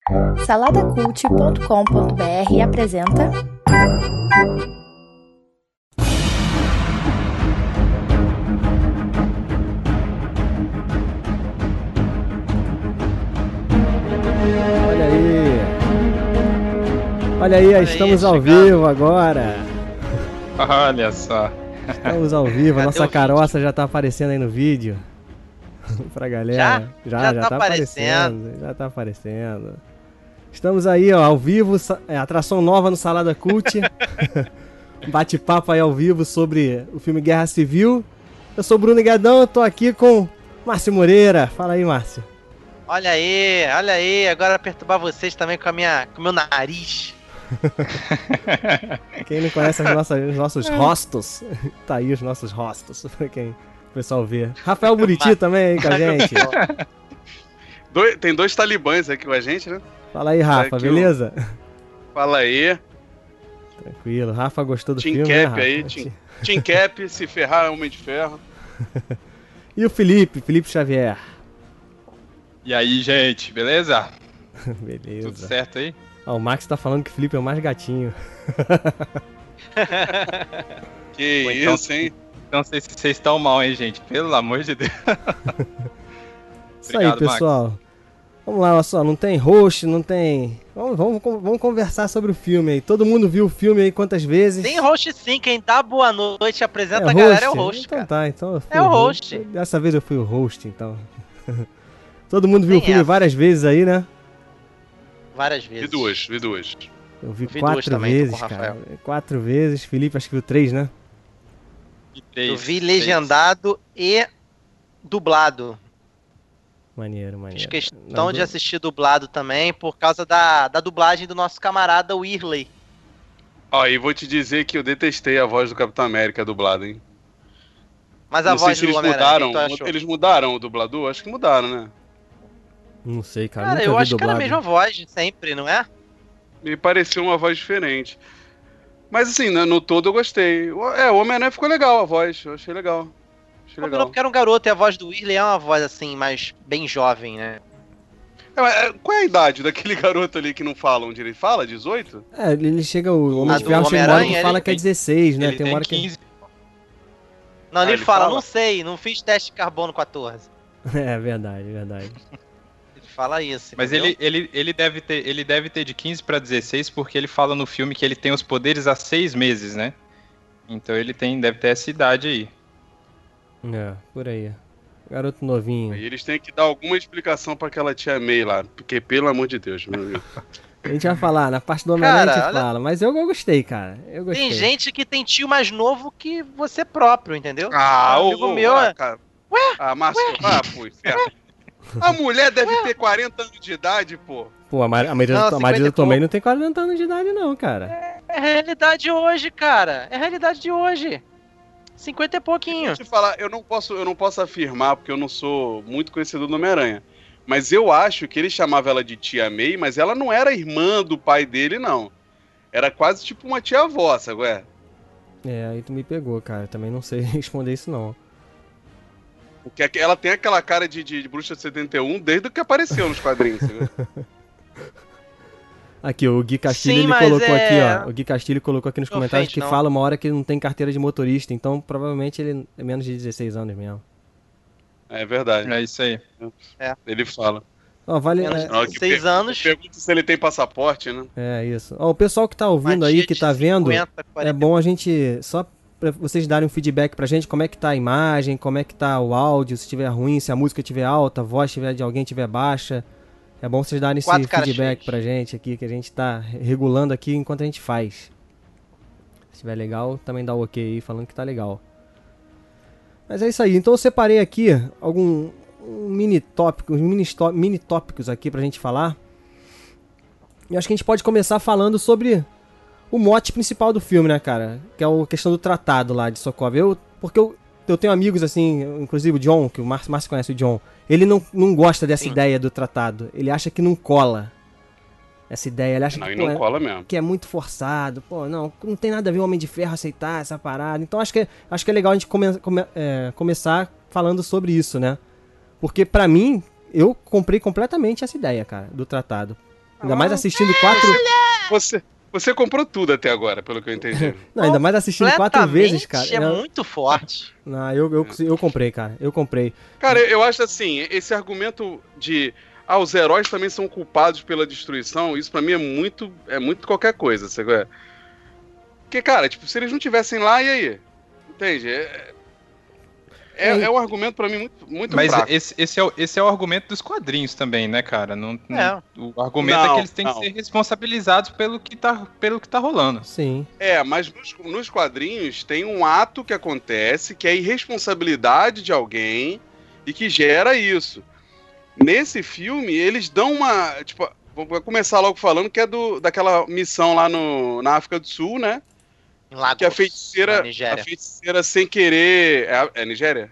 Saladacult.com.br apresenta Olha aí, estamos ao vivo agora. Olha só. Estamos ao vivo, a nossa caroça já tá aparecendo aí no vídeo. Pra galera. Já tá aparecendo. Já tá aparecendo. Estamos aí, ó, ao vivo, atração nova no Salada Cult. Bate-papo aí ao vivo sobre o filme Guerra Civil. Eu sou Bruno Guedão, eu tô aqui com Márcio Moreira. Fala aí, Márcio. Olha aí, agora perturbar vocês também com o meu nariz. Quem não conhece os nossos rostos, tá aí os nossos rostos, pra quem o pessoal vê. Rafael Buriti também aí com a gente. Tem dois talibãs aqui com a gente, né? Fala aí, Rafa, beleza? Fala aí. Tranquilo, Rafa gostou do Team filme, Cap, né, Rafa? aí, Team Cap, se ferrar é Homem de Ferro. E o Felipe Xavier. E aí, gente, beleza? Beleza. Tudo certo aí? Ó, o Max tá falando que o Felipe é o mais gatinho. Que Pô, isso, hein? Não sei se vocês estão mal, hein, gente? Pelo amor de Deus. Isso aí, pessoal. Max. Vamos lá, olha só, não tem host, não tem... Vamos conversar sobre o filme aí. Todo mundo viu o filme aí quantas vezes? Tem host sim, quem dá boa noite e apresenta a galera é o host, então, cara. Tá, então eu fui é o host. Dessa vez eu fui o host, então. Todo mundo viu o filme várias vezes aí, né? Várias vezes. Vi duas. Eu vi 4 vezes, cara. 4 vezes. Felipe acho que viu 3, né? Eu vi legendado e dublado. Maneiro. Fiz questão de assistir dublado também, por causa da dublagem do nosso camarada Whirley. Ó, e vou te dizer que eu detestei a voz do Capitão América dublada, hein? Mas a voz do Homem-Aranha, eles mudaram o dublador? Acho que mudaram, né? Não sei, cara. Cara, eu acho que era a mesma voz de sempre, não é? Me pareceu uma voz diferente. Mas assim, no todo eu gostei. O Homem-Aranha ficou legal a voz, eu achei legal. Porque era um garoto e a voz do Whirley é uma voz assim, mais bem jovem, né? Qual é a idade daquele garoto ali que não fala onde ele fala? 18? Ele chega, o Homem de Ferro chega uma hora que fala que é 16, né? Tem uma hora que 15. Não, ele fala, não sei, não fiz teste de carbono 14. É verdade. Ele fala isso. Mas ele deve ter de 15 pra 16, porque ele fala no filme que ele tem os poderes há 6 meses, né? Então ele deve ter essa idade aí. É, por aí. Garoto novinho. E eles têm que dar alguma explicação pra aquela tia May lá, porque pelo amor de Deus, meu amigo. A gente vai falar, na parte do Homem-Aranha a gente fala, mas eu gostei, cara. Eu gostei. Tem gente que tem tio mais novo que você próprio, entendeu? Amigo meu, cara. Márcio, pô, inferno. A mulher deve ter 40 anos de idade, pô. Pô, a Maria também não tem 40 anos de idade, não, cara. É realidade hoje, cara. É realidade de hoje. 50 e pouquinho. Deixa eu te falar, eu não posso afirmar, porque eu não sou muito conhecedor do Homem-Aranha. Mas eu acho que ele chamava ela de tia May, mas ela não era irmã do pai dele, não. Era quase tipo uma tia-avó, sabe? É, aí tu me pegou, cara. Eu também não sei responder isso, não. Porque ela tem aquela cara de bruxa de 71 desde que apareceu nos quadrinhos, sabe? Aqui, o Gui Castilho, ele colocou aqui, ó. O Gui Castilho colocou aqui nos comentários que fala uma hora que ele não tem carteira de motorista, então provavelmente ele é menos de 16 anos mesmo. É verdade. É isso aí. Ele fala. Ó, vale... Menos de 16 anos. Pergunta se ele tem passaporte, né? É, isso. Ó, o pessoal que tá ouvindo aí, que tá vendo, 50, é bom a gente, só pra vocês darem um feedback pra gente, como é que tá a imagem, como é que tá o áudio, se estiver ruim, se a música estiver alta, a voz de alguém estiver baixa. É bom vocês darem esse feedback pra gente aqui, que a gente tá regulando aqui enquanto a gente faz. Se estiver legal, também dá o ok aí, falando que tá legal. Mas é isso aí. Então eu separei aqui mini tópicos aqui pra gente falar. E acho que a gente pode começar falando sobre o mote principal do filme, né, cara? Que é a questão do tratado lá de Sokovia. Porque eu tenho amigos, assim, inclusive o John, que o Márcio conhece o John. Ele não gosta dessa ideia do tratado. Ele acha que não cola essa ideia. Ele acha cola mesmo. Que é muito forçado. Pô, não tem nada a ver o Homem de Ferro aceitar essa parada. Então acho que é legal a gente começar falando sobre isso, né? Porque pra mim, eu comprei completamente essa ideia, cara, do tratado. Ainda mais assistindo 4... Você comprou tudo até agora, pelo que eu entendi. Não, ainda mais assistindo 4 vezes, cara. É muito forte. Não, eu comprei, cara. Eu comprei. Cara, eu acho assim, esse argumento de... os heróis também são culpados pela destruição, isso pra mim é muito qualquer coisa, sabe? Porque, cara, tipo, se eles não tivessem lá, e aí? Entende? É um argumento pra mim muito fraco. Mas esse é o argumento dos quadrinhos também, né, cara? O argumento é que eles têm que ser responsabilizados pelo que tá rolando. Sim. Mas nos quadrinhos tem um ato que acontece que é a irresponsabilidade de alguém e que gera isso. Nesse filme, eles dão uma... Tipo, vou começar logo falando que é daquela missão lá na África do Sul, né? Em Lagos, que a feiticeira sem querer... É Nigéria?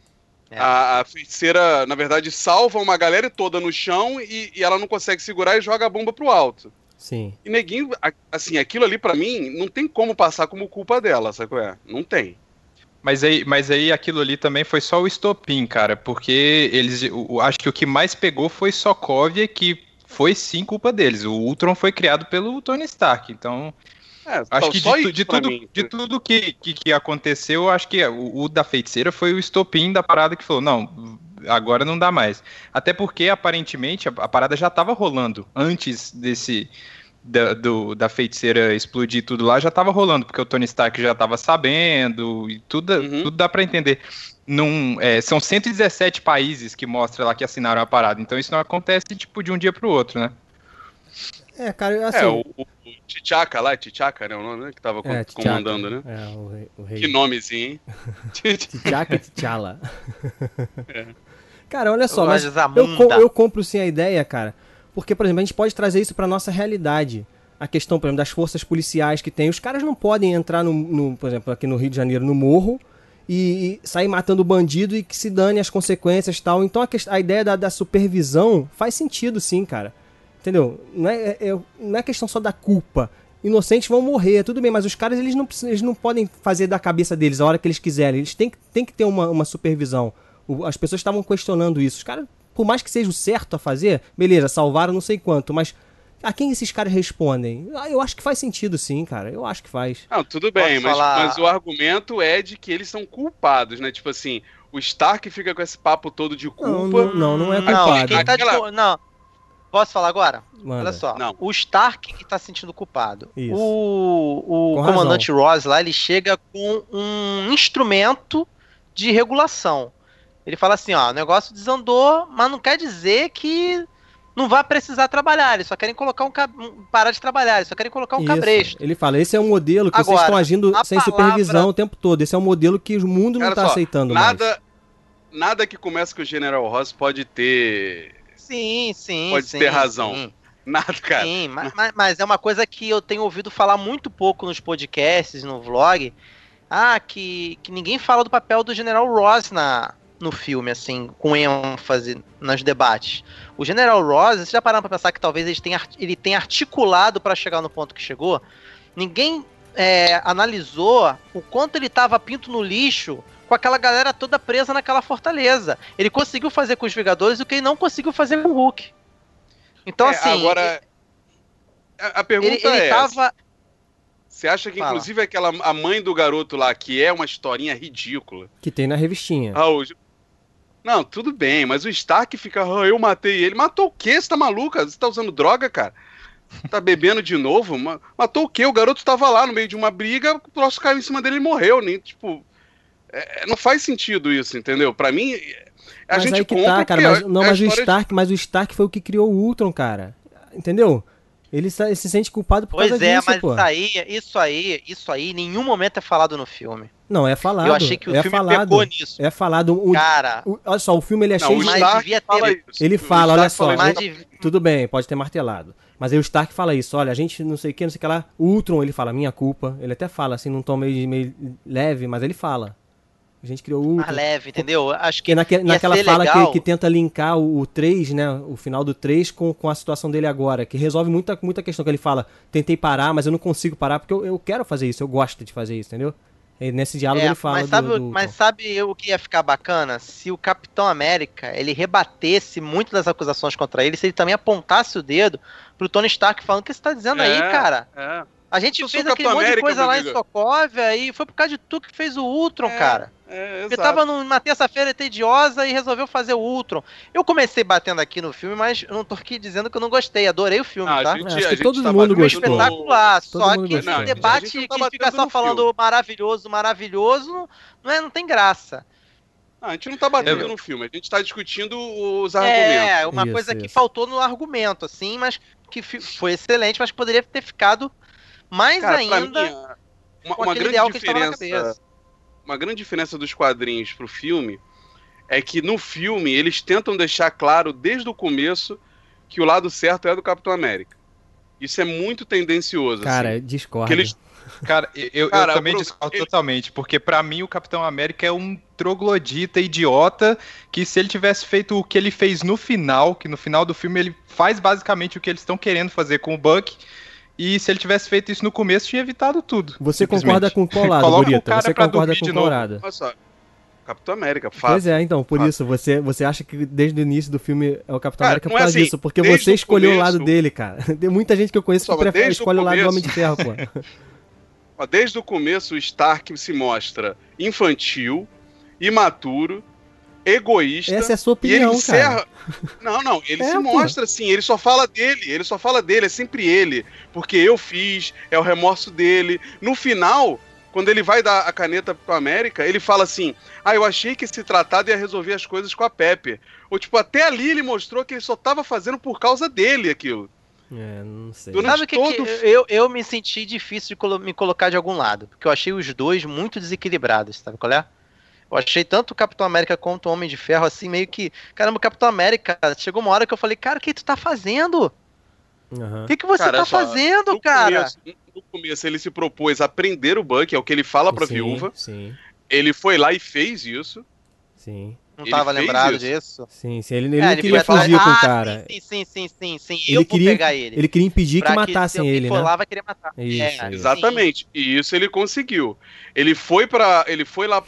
A feiticeira, na verdade, salva uma galera toda no chão e ela não consegue segurar e joga a bomba pro alto. Sim. E neguinho, assim, aquilo ali pra mim não tem como passar como culpa dela, sabe qual é? Não tem. Mas aí aquilo ali também foi só o estopim, cara, porque acho que o que mais pegou foi Sokovia, que foi sim culpa deles. O Ultron foi criado pelo Tony Stark, então... acho que de tudo que aconteceu, acho que o da feiticeira foi o estopim da parada que falou, não, agora não dá mais. Até porque, aparentemente, a parada já tava rolando antes da feiticeira explodir tudo lá, já tava rolando, porque o Tony Stark já tava sabendo, e tudo dá pra entender. São 117 países que mostra lá que assinaram a parada, então isso não acontece, tipo, de um dia pro outro, né? Cara, assim... o T'Chaka lá, T'Chaka, né, o nome, né, que tava comandando, né? O rei. Que nomezinho, hein? T'Chaka e T'Challa. Cara, olha só, mas eu compro sim a ideia, cara, porque, por exemplo, a gente pode trazer isso pra nossa realidade. A questão, por exemplo, das forças policiais que tem. Os caras não podem entrar, por exemplo, aqui no Rio de Janeiro, no morro, e sair matando o bandido e que se dane as consequências e tal. Então a ideia da supervisão faz sentido sim, cara. Entendeu? Não é questão só da culpa. Inocentes vão morrer, tudo bem, mas os caras eles não podem fazer da cabeça deles a hora que eles quiserem. Eles têm que ter uma supervisão. As pessoas estavam questionando isso. Os caras, por mais que seja o certo a fazer, beleza, salvaram não sei quanto, mas a quem esses caras respondem? Eu acho que faz sentido sim, cara. Eu acho que faz. Não, tudo bem, mas o argumento é de que eles são culpados, né? Tipo assim, o Stark fica com esse papo todo de culpa. Não é culpado. Não. Posso falar agora? Manda. Olha só. Não. O Stark que tá se sentindo culpado. Isso. O comandante Ross lá, ele chega com um instrumento de regulação. Ele fala assim, ó, o negócio desandou, mas não quer dizer que não vai precisar trabalhar. Eles só querem colocar parar de trabalhar, eles só querem colocar um cabresto. Ele fala, esse é um modelo que agora, vocês estão agindo sem supervisão o tempo todo. Esse é um modelo que o mundo não tá aceitando mais. Nada que comece com o General Ross pode ter... Pode ter razão. Sim. Nada, cara. Sim, mas é uma coisa que eu tenho ouvido falar muito pouco nos podcasts, no vlog. Que ninguém fala do papel do General Ross no filme, assim, com ênfase nos debates. O General Ross, vocês já pararam pra pensar que talvez ele tenha articulado para chegar no ponto que chegou? Ninguém analisou o quanto ele tava pinto no lixo com aquela galera toda presa naquela fortaleza. Ele conseguiu fazer com os Vingadores o que ele não conseguiu fazer com o Hulk. Então, assim... Agora, a pergunta tava... Você acha que, inclusive, a mãe do garoto lá, que é uma historinha ridícula... Que tem na revistinha. Não, tudo bem, mas o Stark fica... eu matei ele. Matou o quê? Você tá maluca? Você tá usando droga, cara? Tá bebendo de novo? Matou o quê? O garoto tava lá no meio de uma briga, o troço caiu em cima dele e morreu. Nem, tipo... não faz sentido isso, entendeu? Pra mim, mas gente compra... cara, mas o Stark foi o que criou o Ultron, cara. Entendeu? Ele se sente culpado por causa disso, mas pô. Isso aí, em nenhum momento é falado no filme. Não, é falado. Eu achei que o filme pegou nisso. É falado. Cara... olha só, o filme ele é cheio de... Mas devia ter... Ele fala, olha só, tudo bem, pode ter martelado. Mas aí o Stark fala isso, olha, a gente não sei o que lá. O Ultron, ele fala, minha culpa. Ele até fala, assim, num tom meio leve, mas ele fala. A gente criou o... Mais leve, entendeu? Acho que naquela fala que tenta linkar o 3, né? O final do 3 com a situação dele agora. Que resolve muita questão. Que ele fala, tentei parar, mas eu não consigo parar porque eu quero fazer isso. Eu gosto de fazer isso, entendeu? E nesse diálogo ele fala mas sabe o que ia ficar bacana? Se o Capitão América, ele rebatesse muito das acusações contra ele, se ele também apontasse o dedo pro Tony Stark falando: o que você tá dizendo aí, cara? A gente fez aquele monte de coisa lá em Sokovia e foi por causa de tu que fez o Ultron, cara. Ele tava numa terça-feira tediosa e resolveu fazer o Ultron. Eu comecei batendo aqui no filme, mas eu não tô aqui dizendo que eu não gostei. Adorei o filme, tá? Acho que todo mundo gostou. Espetacular. Só que esse debate que fica só falando maravilhoso, não tem graça. A gente não tá batendo no filme, a gente tá discutindo os argumentos. Uma coisa que faltou no argumento, assim, mas que foi excelente, mas que poderia ter ficado mais ainda uma grande diferença. Uma grande diferença dos quadrinhos pro filme é que no filme eles tentam deixar claro desde o começo que o lado certo é do Capitão América. Isso é muito tendencioso. Cara, assim. discordo. Cara, eu também discordo totalmente, porque pra mim o Capitão América é um troglodita idiota que se ele tivesse feito o que ele fez no final, que no final do filme ele faz basicamente o que eles estão querendo fazer com o Buck, e se ele tivesse feito isso no começo, tinha evitado tudo. Você concorda com qual lado, Burita? Você concorda com qual lado? Olha só, Capitão América, fato. Pois é, então, por isso, você acha que desde o início do filme é o Capitão América por causa disso, porque você escolheu o lado dele, cara. Tem muita gente que eu conheço que escolhe o lado do Homem de Ferro, pô. Desde o começo, o Stark se mostra infantil, imaturo, egoísta. Essa é a sua opinião, cara. Não, ele se mostra assim, ele só fala dele, é sempre ele, porque eu fiz, é o remorso dele. No final, quando ele vai dar a caneta pro América, ele fala assim: eu achei que esse tratado ia resolver as coisas com a Pepper. Ou tipo, até ali ele mostrou que ele só tava fazendo por causa dele aquilo. Não sei. Sabe que eu me senti difícil de me colocar de algum lado, porque eu achei os dois muito desequilibrados, sabe qual é? Eu achei tanto o Capitão América quanto o Homem de Ferro, assim, meio que... Caramba, o Capitão América, chegou uma hora que eu falei: cara, o que tu tá fazendo? O que você tá fazendo, cara? No começo ele se propôs a prender o Buck, é o que ele fala pra viúva. Sim. Ele foi lá e fez isso. Sim. Não tava lembrado disso? Sim. Ele não queria fugir com o cara. Sim. Eu vou pegar ele. Ele queria impedir que matassem ele, né? Lá vai querer matar. Isso. Exatamente. E isso ele conseguiu. Ele foi lá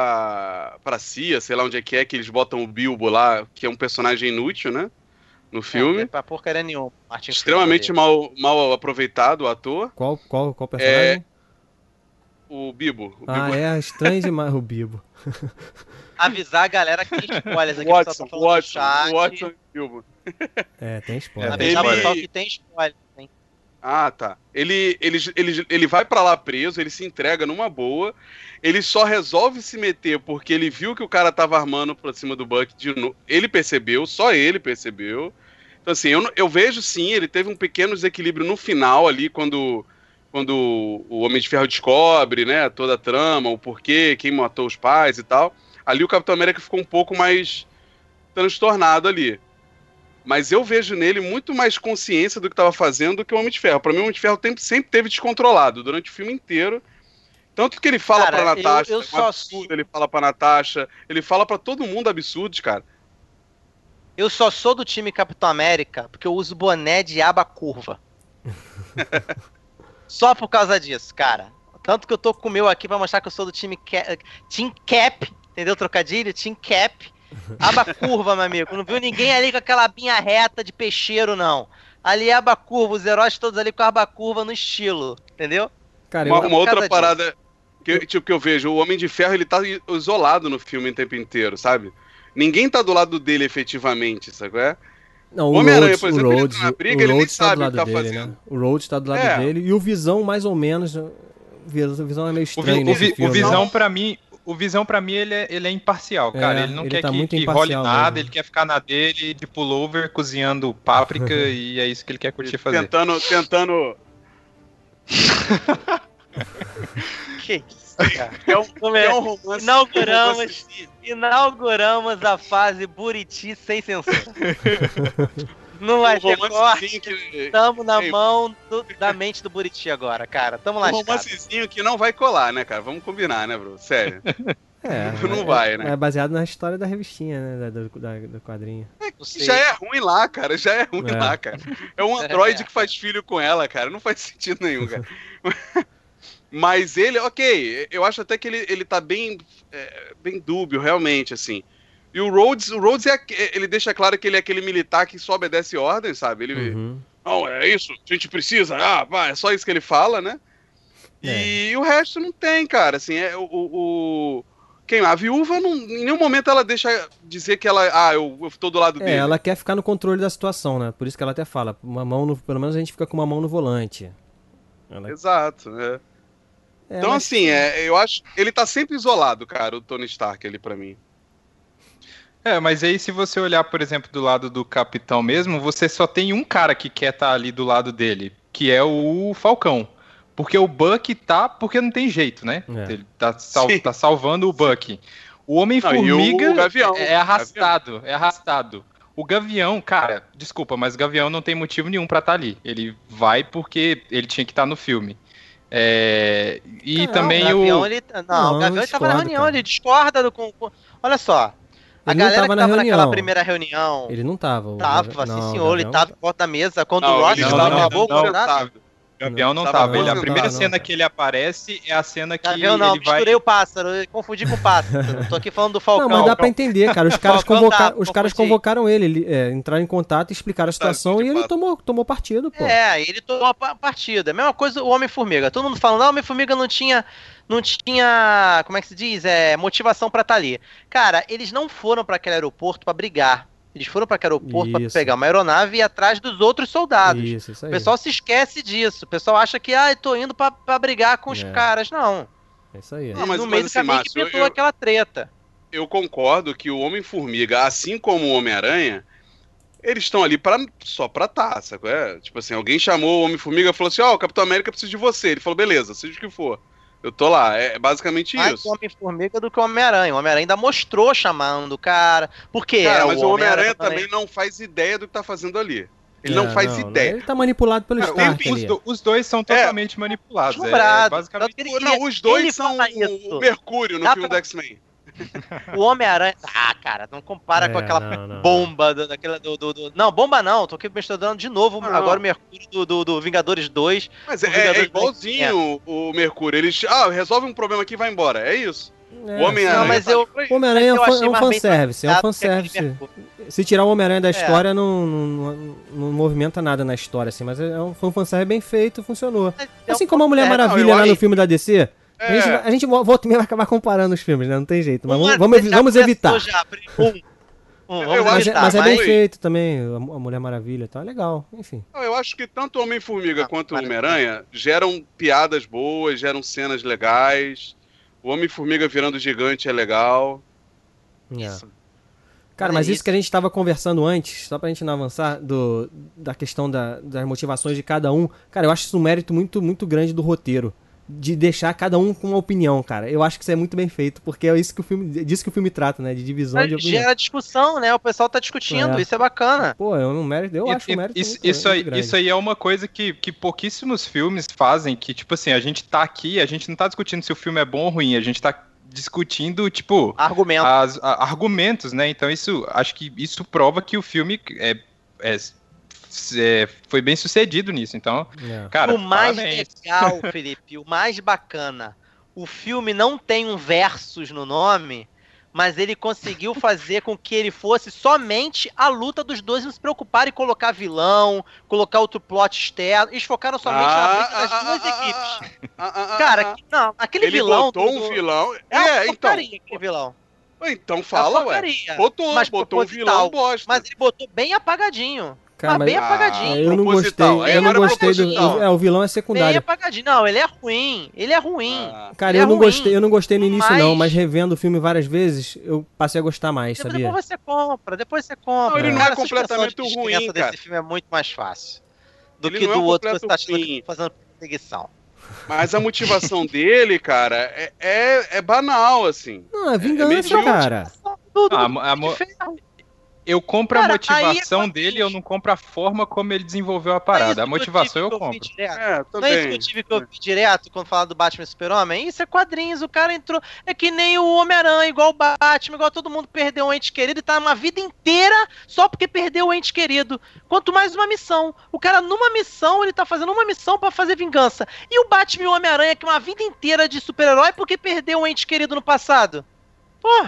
pra CIA, sei lá onde é que eles botam o Bilbo lá, que é um personagem inútil, né? No filme. Não é pra porcaria nenhuma. Extremamente mal aproveitado o ator. Qual personagem? O Bibo. É estranho demais o Bibo. Avisar a galera que tem spoilers aqui. Watson e Bilbo. Tem spoiler. Só que tem spoiler, hein? Tá. Ele vai pra lá preso, ele se entrega numa boa, ele só resolve se meter porque ele viu que o cara tava armando pra cima do Buck de novo. Ele percebeu, só ele percebeu. Então assim, eu vejo sim, ele teve um pequeno desequilíbrio no final ali, quando o Homem de Ferro descobre, né, toda a trama, o porquê, quem matou os pais e tal. Ali o Capitão América ficou um pouco mais transtornado ali. Mas eu vejo nele muito mais consciência do que estava fazendo do que o Homem de Ferro. Pra mim, o Homem de Ferro sempre teve descontrolado durante o filme inteiro. Tanto que ele fala pra Natasha, absurdo, ele fala pra Natasha, ele fala pra todo mundo absurdos, cara. Eu só sou do time Capitão América porque eu uso boné de aba curva. Só por causa disso, cara. Tanto que eu tô com o meu aqui pra mostrar que eu sou do time Team Cap, entendeu? Trocadilho? Team Cap. Aba curva, meu amigo. Não viu ninguém ali com aquela abinha reta de peixeiro, não. Ali é aba curva, os heróis todos ali com a aba curva no estilo, entendeu? Cara, uma outra parada que eu vejo, o Homem de Ferro, ele tá isolado no filme o tempo inteiro, sabe? Ninguém tá do lado dele efetivamente, sabe? Não, o Homem-Aranha, por exemplo, ele tá na briga, ele nem sabe o que tá fazendo. Né? O Rhodes tá do lado dele, e o Visão, mais ou menos, o Visão é meio estranho nesse filme. O Visão, pra mim, ele é imparcial, cara. Ele não quer tá que role nada, ele quer ficar na dele, de pullover, cozinhando páprica, e é isso que ele quer curtir fazer. Tentando... Que isso, cara? É um romance. Inauguramos a fase Buriti sem censura. Não vai ter corte. Tamo na mão da mente do Buriti agora, cara. Tamo lascado. Um romancezinho que não vai colar, né, cara? Vamos combinar, né, bro? Sério. Não vai, né? É baseado na história da revistinha, né? Do quadrinho. Já é ruim lá, cara. Lá, cara. É um androide que faz filho com ela, cara. Não faz sentido nenhum, cara. Mas ele, ok, eu acho até que ele tá bem dúbio, realmente, assim. E o Rhodes ele deixa claro que ele é aquele militar que só obedece ordem, sabe? Ele, não, é isso, a gente precisa, é só isso que ele fala, né? E o resto não tem, cara, assim, a viúva, em nenhum momento ela deixa dizer que ela, eu tô do lado dele. Ela quer ficar no controle da situação, né? Por isso que ela até fala, pelo menos a gente fica com uma mão no volante. Exato, né? Então, mas... assim, eu acho ele tá sempre isolado, cara, o Tony Stark ali pra mim. Mas aí se você olhar, por exemplo, do lado do Capitão mesmo, você só tem um cara que quer estar ali do lado dele, que é o Falcão. Porque o Bucky tá, porque não tem jeito, né? Ele tá salvando o Bucky. O Homem-Formiga é arrastado. O Gavião, cara, desculpa, mas o Gavião não tem motivo nenhum pra estar ali. Ele vai porque ele tinha que estar no filme. Também o Gavião tava na reunião, ele discorda olha só. A galera que tava naquela primeira reunião. Ele não tava. Ele tava em volta da mesa. Quando o Ross acabou com o Gavião não tava. A primeira cena que ele aparece é a cena que Gavião não, misturei o pássaro, confundi com o pássaro. Tô aqui falando do Falcão. Não, mas dá pra entender, cara. Os caras convocaram ele, entraram em contato e explicaram a situação e ele tomou partido, pô. Ele tomou partido. A mesma coisa o Homem-Formiga. Todo mundo falando, o Homem-Formiga não tinha, como é que se diz? Motivação pra estar ali. Cara, eles não foram pra aquele aeroporto pra brigar. Eles foram para aquele aeroporto para pegar uma aeronave e ir atrás dos outros soldados. Isso aí. O pessoal se esquece disso. O pessoal acha que, eu tô indo para brigar com os caras. Não. É isso aí. Não, mas, no meio do caminho que pintou aquela treta. Eu concordo que o Homem-Formiga, assim como o Homem-Aranha, eles estão ali só pra sabe? Tipo assim, alguém chamou o Homem-Formiga e falou assim, o Capitão América precisa de você. Ele falou, beleza, seja o que for. Eu tô lá, é basicamente mais isso. Mais Homem-Formiga do que o Homem-Aranha. O Homem-Aranha ainda mostrou chamando o cara. Por quê? Mas o Homem-Aranha também não faz ideia do que tá fazendo ali. Ele não faz ideia. Ele tá manipulado pelo Stark. Os dois são totalmente manipulados. Basicamente... os dois são o Mercúrio no filme do X-Men. O Homem-Aranha... cara, não compara com aquela bomba daquela Não, bomba não. Tô aqui estudando de novo agora o Mercúrio do Vingadores 2. Mas é igualzinho o Mercúrio. Ele resolve um problema aqui e vai embora. É isso. O Homem-Aranha. O Homem-Aranha é um fanservice. É um fanservice. Se tirar o Homem-Aranha da história, não movimenta nada na história, assim. Mas foi um fanservice bem feito, funcionou. Assim como a Mulher Maravilha lá no filme da DC. A gente volta e meia vai acabar comparando os filmes, né? Não tem jeito. Mas vamos evitar. Mas é bem feito também, a Mulher Maravilha, tá legal, enfim. Eu acho que tanto o Homem-Formiga quanto o Homem-Aranha geram piadas boas, geram cenas legais. O Homem-Formiga virando gigante é legal. Isso. Cara, mas isso que a gente tava conversando antes, só pra gente não avançar, da questão das motivações de cada um, cara, eu acho isso um mérito muito, muito grande do roteiro. De deixar cada um com uma opinião, cara. Eu acho que isso é muito bem feito, porque é isso que disso que o filme trata, né? De divisão de opinião. Gera discussão, né? O pessoal tá discutindo, isso é bacana. Pô, eu acho um mérito muito grande. Isso aí é uma coisa que pouquíssimos filmes fazem, que, tipo assim, a gente tá aqui, a gente não tá discutindo se o filme é bom ou ruim, a gente tá discutindo, tipo... argumentos, né? Então, acho que isso prova que o filme foi bem sucedido nisso, então, cara, o mais legal, Felipe, o mais bacana, o filme não tem um versus no nome, mas ele conseguiu fazer com que ele fosse somente a luta dos dois, não se preocupar em colocar vilão, colocar outro plot externo, eles focaram somente na briga das duas equipes. Cara, não, aquele vilão... Ele botou um vilão... então... aquele vilão. Então fala, Botou um vilão bosta. Mas ele botou bem apagadinho. Cara, bem apagadinho. Eu não gostei o vilão é secundário. Bem apagadinho. Não, ele é ruim. Cara, eu não gostei no início não, mas revendo o filme várias vezes, eu passei a gostar mais, sabia? Depois você compra. Não, ele não é completamente ruim, cara. Desse filme é muito mais fácil do que do outro que você tá fazendo perseguição. Mas a motivação dele, cara, é banal, assim. Não, é vingança, cara. Eu compro a motivação dele, eu não compro a forma como ele desenvolveu a parada. A motivação eu compro. Não é isso que eu tive que ouvir direto quando falava do Batman e Super-Homem? Isso é quadrinhos, o cara entrou... É que nem o Homem-Aranha, igual o Batman, igual todo mundo perdeu um ente querido e tá uma vida inteira só porque perdeu o ente querido. Quanto mais uma missão. O cara, numa missão, ele tá fazendo uma missão pra fazer vingança. E o Batman e o Homem-Aranha, que é uma vida inteira de super-herói porque perdeu um ente querido no passado. Pô...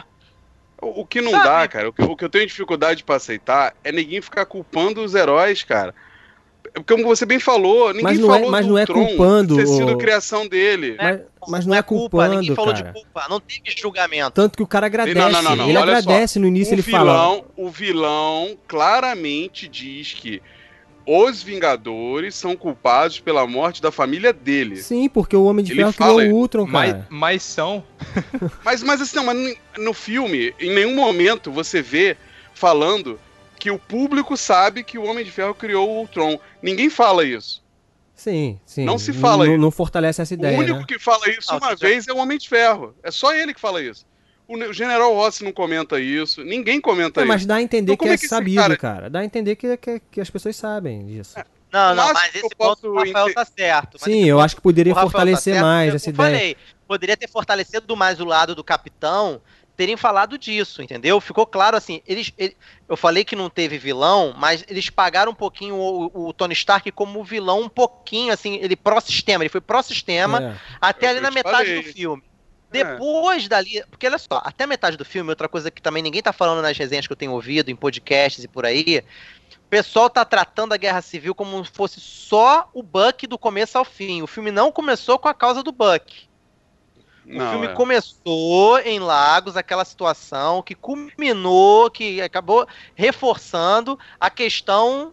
O que não dá, cara, o que eu tenho dificuldade pra aceitar é ninguém ficar culpando os heróis, cara. Como você bem falou, ninguém falou mas do não é Tron culpando, ter sido criação dele. Mas não é culpando, ninguém falou cara. de culpa, não teve julgamento. Tanto que o cara agradece, não, ele agradece no início, ele fala... O vilão claramente diz que os Vingadores são culpados pela morte da família dele. Sim, porque o Homem de Ferro criou o Ultron, cara. Mas são. mas assim, mas no filme, em nenhum momento você vê falando que o público sabe que o Homem de Ferro criou o Ultron. Ninguém fala isso. Sim. Não se fala isso. Não fortalece essa ideia, O único que fala isso uma vez é o Homem de Ferro. É só ele que fala isso. O General Ross não comenta isso, ninguém comenta isso. Mas dá a entender então, que é sabido, cara. Dá a entender que as pessoas sabem disso. Não, mas esse ponto o Rafael tá certo. Sim, eu acho que poderia fortalecer mais essa ideia. Falei, poderia ter fortalecido mais o lado do Capitão, terem falado disso, entendeu? Ficou claro assim, eu falei que não teve vilão, mas eles pagaram um pouquinho o Tony Stark como vilão, um pouquinho, assim, ele foi pró-sistema, até ali na metade do filme. Depois dali, porque olha só, até metade do filme, outra coisa que também ninguém tá falando nas resenhas que eu tenho ouvido, em podcasts e por aí, o pessoal tá tratando a Guerra Civil como se fosse só o Buck do começo ao fim. O filme não começou com a causa do Buck. O filme começou em Lagos, aquela situação que culminou, que acabou reforçando a questão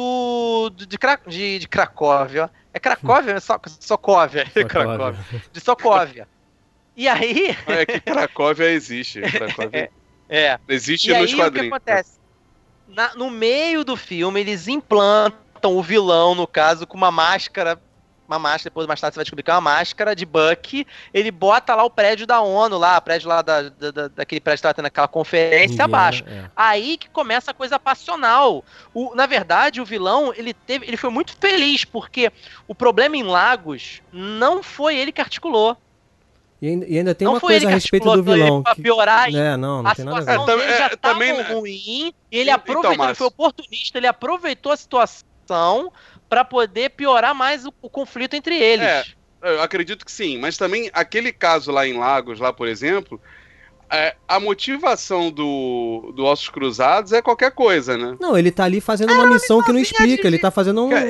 de Cracóvia. É Cracóvia? É Sokovia. Cracóvia. De Sokovia. E aí... É que Cracóvia existe. Cracóvia existe e nos aí, quadrinhos. O que acontece? No meio do filme, eles implantam o vilão, no caso, com uma máscara, depois mais tarde você vai descobrir que é uma máscara de Bucky. Ele bota lá o prédio da ONU, o prédio lá daquele prédio que tava tendo aquela conferência abaixo. Aí que começa a coisa passional. Na verdade, o vilão, ele foi muito feliz, porque o problema em Lagos não foi ele que articulou. E ainda tem uma coisa a respeito do vilão. Pra piorar não a tem nada a ver. situação dele já tava ruim. Ele aproveitou, ele foi oportunista, ele aproveitou a situação pra poder piorar mais o conflito entre eles. Eu acredito que sim, mas também aquele caso lá em Lagos, por exemplo, a motivação do Ossos Cruzados é qualquer coisa, né? Não, ele tá ali fazendo uma missão que não explica, ele tá fazendo um...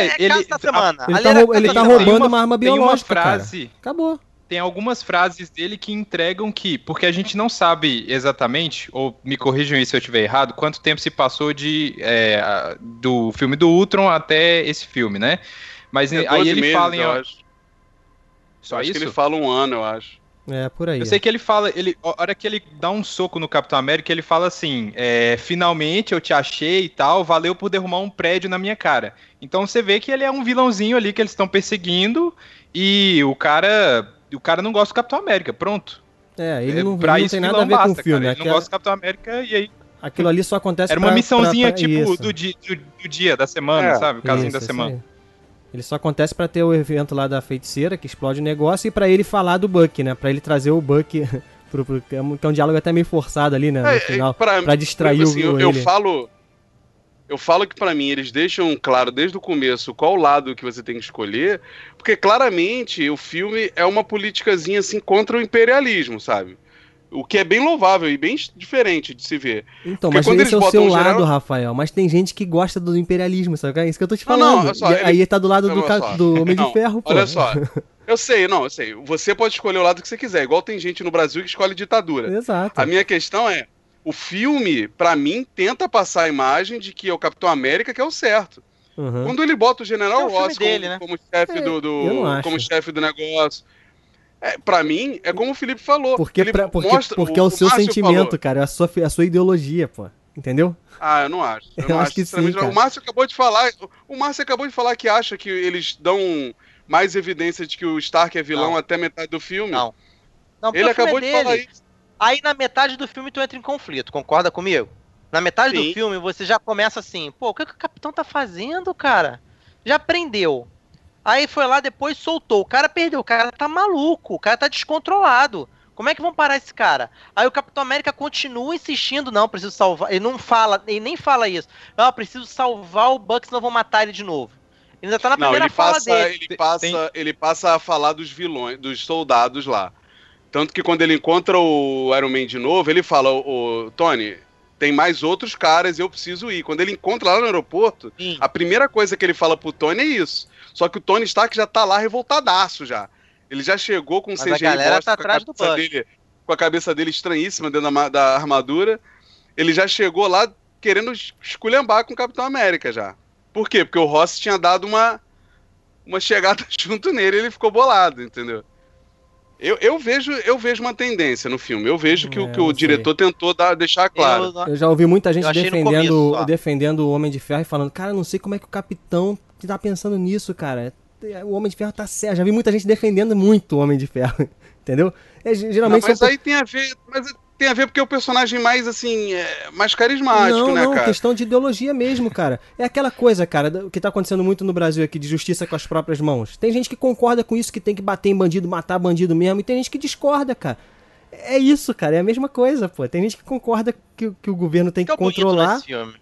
Ele tá roubando uma arma biológica, cara. Acabou. Tem algumas frases dele que entregam que, porque a gente não sabe exatamente, ou me corrijam aí se eu estiver errado, quanto tempo se passou do filme do Ultron até esse filme, né? Mas aí ele fala em... Eu acho. Só acho isso? que ele fala 1 ano, eu acho. Por aí. Eu sei que ele fala, a hora que ele dá um soco no Capitão América, ele fala assim, finalmente eu te achei e tal, valeu por derrubar um prédio na minha cara. Então você vê que ele é um vilãozinho ali que eles estão perseguindo e o cara não gosta do Capitão América, pronto. Ele não tem nada a ver com o filme. Ele não gosta do Capitão América e aí... Aquilo ali só acontece Era uma missãozinha tipo do dia, da semana, sabe? O casinho da semana. Ele só acontece pra ter o evento lá da feiticeira, que explode o negócio, e pra ele falar do Buck, né? Pra ele trazer o Buck, que é um diálogo até meio forçado ali, né? No final, pra distrair ele. Eu falo que pra mim eles deixam claro desde o começo qual lado que você tem que escolher, porque claramente o filme é uma politicazinha assim contra o imperialismo, sabe? O que é bem louvável e bem diferente de se ver. Então, porque mas esse é o seu lado, Rafael. Mas tem gente que gosta do imperialismo, sabe? É isso que eu tô te falando. Aí tá do lado do Homem de Ferro, pô. Olha só. Eu sei. Você pode escolher o lado que você quiser. Igual tem gente no Brasil que escolhe ditadura. Exato. A minha questão é, o filme, pra mim, tenta passar a imagem de que é o Capitão América que é o certo. Quando ele bota o General Ross como chefe como chefe do negócio... pra mim, é como o Felipe falou. Porque é o seu sentimento, cara. É a sua ideologia, pô. Entendeu? Eu não acho. Eu acho que sim, cara. O Márcio acabou de falar que acha que eles dão mais evidência de que o Stark é vilão até metade do filme. Não, ele acabou de falar isso. Aí na metade do filme tu entra em conflito, concorda comigo? Na metade do filme, você já começa assim, pô, o que o capitão tá fazendo, cara? Já prendeu. Aí foi lá, depois soltou. O cara perdeu, o cara tá maluco, o cara tá descontrolado. Como é que vão parar esse cara? Aí o Capitão América continua insistindo, não, preciso salvar. Ele não fala, ele nem fala isso. Não, preciso salvar o Buck, senão vão matar ele de novo. Ele ainda tá na primeira fala dele. Ele passa a falar dos vilões, dos soldados lá. Tanto que quando ele encontra o Iron Man de novo, ele fala, ô Tony, tem mais outros caras, eu preciso ir. Quando ele encontra lá no aeroporto, a primeira coisa que ele fala pro Tony é isso. Só que o Tony Stark já tá lá revoltadaço já. Ele já chegou com o CGI bosta, com a cabeça dele estranhíssima dentro da armadura. Ele já chegou lá querendo esculhambar com o Capitão América já. Por quê? Porque o Ross tinha dado uma chegada junto nele e ele ficou bolado, entendeu? Eu vejo uma tendência no filme. Eu vejo que o diretor tentou deixar claro. Eu já ouvi muita gente defendendo o Homem de Ferro e falando, cara, não sei como é que o Capitão tá pensando nisso, cara. O Homem de Ferro tá certo. Já vi muita gente defendendo muito o Homem de Ferro, entendeu? Geralmente mas aí tem a ver porque é o personagem mais, assim, mais carismático, né, cara? Não, questão de ideologia mesmo, cara. É aquela coisa, cara, que tá acontecendo muito no Brasil aqui, de justiça com as próprias mãos. Tem gente que concorda com isso, que tem que bater em bandido, matar bandido mesmo, e tem gente que discorda, cara. É isso, cara, é a mesma coisa, pô. Tem gente que concorda que o governo tem que controlar.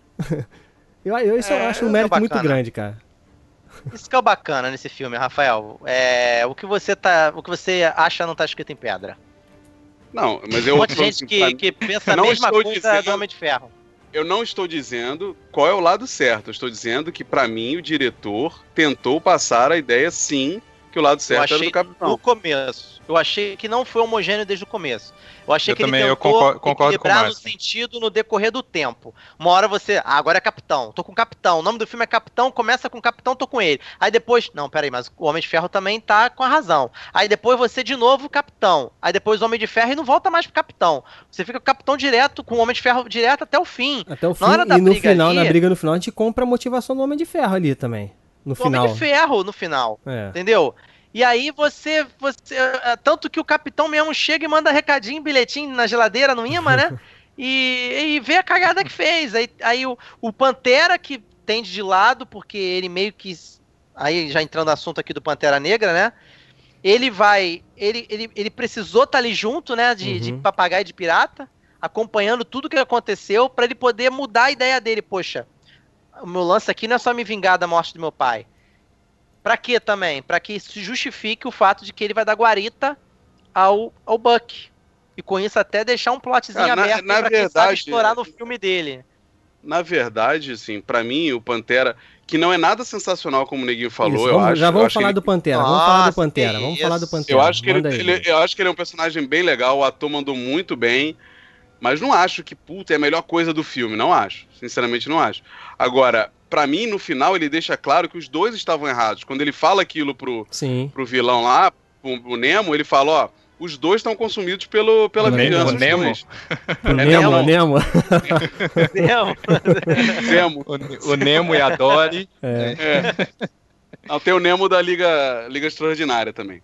Eu acho um mérito muito grande, cara. Isso que é o bacana nesse filme, Rafael. O que você acha não tá escrito em pedra. Não, mas eu... Um monte de gente que pensa a mesma coisa do Homem de Ferro. Eu não estou dizendo qual é o lado certo. Eu estou dizendo que, pra mim, o diretor tentou passar a ideia, sim, que o lado certo era do Capitão. No começo. Eu achei que não foi homogêneo desde o começo. Eu achei que ele tentou concordo equilibrar no sentido no decorrer do tempo. Uma hora você... agora é Capitão. Tô com o Capitão. O nome do filme é Capitão. Começa com Capitão, tô com ele. Aí depois... não, peraí, mas o Homem de Ferro também tá com a razão. Aí depois você de novo Capitão. Aí depois o Homem de Ferro e não volta mais pro Capitão. Você fica com o Capitão direto, com o Homem de Ferro direto até o fim. Até o fim. Na briga no final, a gente compra a motivação do Homem de Ferro ali também. No final. Homem de Ferro no final. Entendeu? E aí você... tanto que o Capitão mesmo chega e manda recadinho, bilhetinho na geladeira, no imã, né? E vê a cagada que fez. Aí o Pantera, que tende de lado, porque ele meio que... aí já entrando no assunto aqui do Pantera Negra, né? Ele precisou estar ali junto, né? De papagaio de pirata, acompanhando tudo que aconteceu, pra ele poder mudar a ideia dele. Poxa, o meu lance aqui não é só me vingar da morte do meu pai. Pra quê também? Pra que se justifique o fato de que ele vai dar guarita ao Buck. E com isso até deixar um plotzinho aberto pra quem sabe explorar no filme dele. Na verdade, assim, pra mim, o Pantera, que não é nada sensacional, como o Neguinho falou, já vamos falar do Pantera. Vamos falar do Pantera. Vamos falar do Pantera. Eu acho que ele é um personagem bem legal, o ator mandou muito bem, mas não acho que, é a melhor coisa do filme. Não acho. Sinceramente, não acho. Agora... pra mim, no final, ele deixa claro que os dois estavam errados. Quando ele fala aquilo pro vilão lá, pro Nemo, ele fala, ó, os dois estão consumidos pela vingança. O Nemo e a Dory. Não, tem o Nemo da Liga Extraordinária também.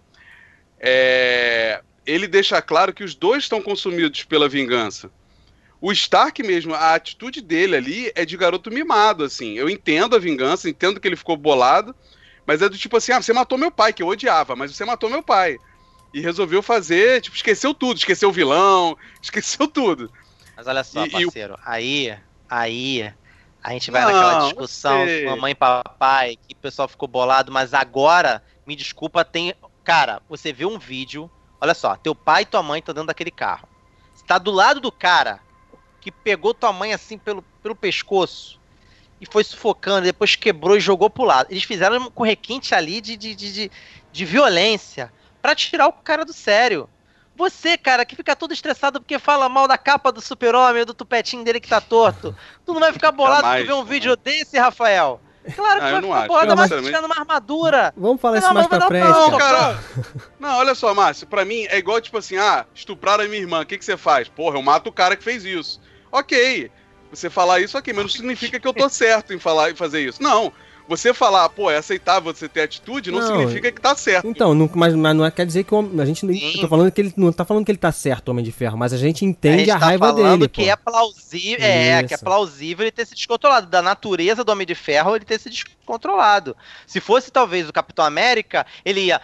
Ele deixa claro que os dois estão consumidos pela vingança. O Stark mesmo, a atitude dele ali é de garoto mimado, assim. Eu entendo a vingança, entendo que ele ficou bolado, mas é do tipo assim, você matou meu pai, que eu odiava, mas você matou meu pai. E resolveu fazer, esqueceu tudo, esqueceu o vilão, esqueceu tudo. Mas olha só, parceiro, aí a gente vai naquela discussão de mamãe e papai, que o pessoal ficou bolado, mas agora, me desculpa, cara, você vê um vídeo, olha só, teu pai e tua mãe estão dentro daquele carro. Você tá do lado do cara que pegou tua mãe assim pelo pescoço e foi sufocando, depois quebrou e jogou pro lado. Eles fizeram com requinte ali de violência pra tirar o cara do sério. Você, cara, que fica todo estressado porque fala mal da capa do Super-Homem, do tupetinho dele que tá torto, tu não vai ficar bolado por ver um vídeo desse, Rafael? Claro que vai ficar bolado, mas tirando uma armadura. Vamos falar isso mais pra frente. Não, cara. Não, olha só, Márcio, pra mim é igual, tipo assim, estupraram a minha irmã, o que você faz? Porra, eu mato o cara que fez isso. Ok, você falar isso, ok, mas não significa que eu tô certo em fazer isso. Não, você falar, pô, é aceitável você ter atitude, não significa que tá certo. Então, mas não quer dizer que a gente eu tô falando que ele não tá falando que ele tá certo, o Homem de Ferro, mas a gente entende a raiva dele. Falando que é plausível, que é plausível ele ter se descontrolado, da natureza do Homem de Ferro ele ter se descontrolado. Se fosse talvez o Capitão América, ele ia,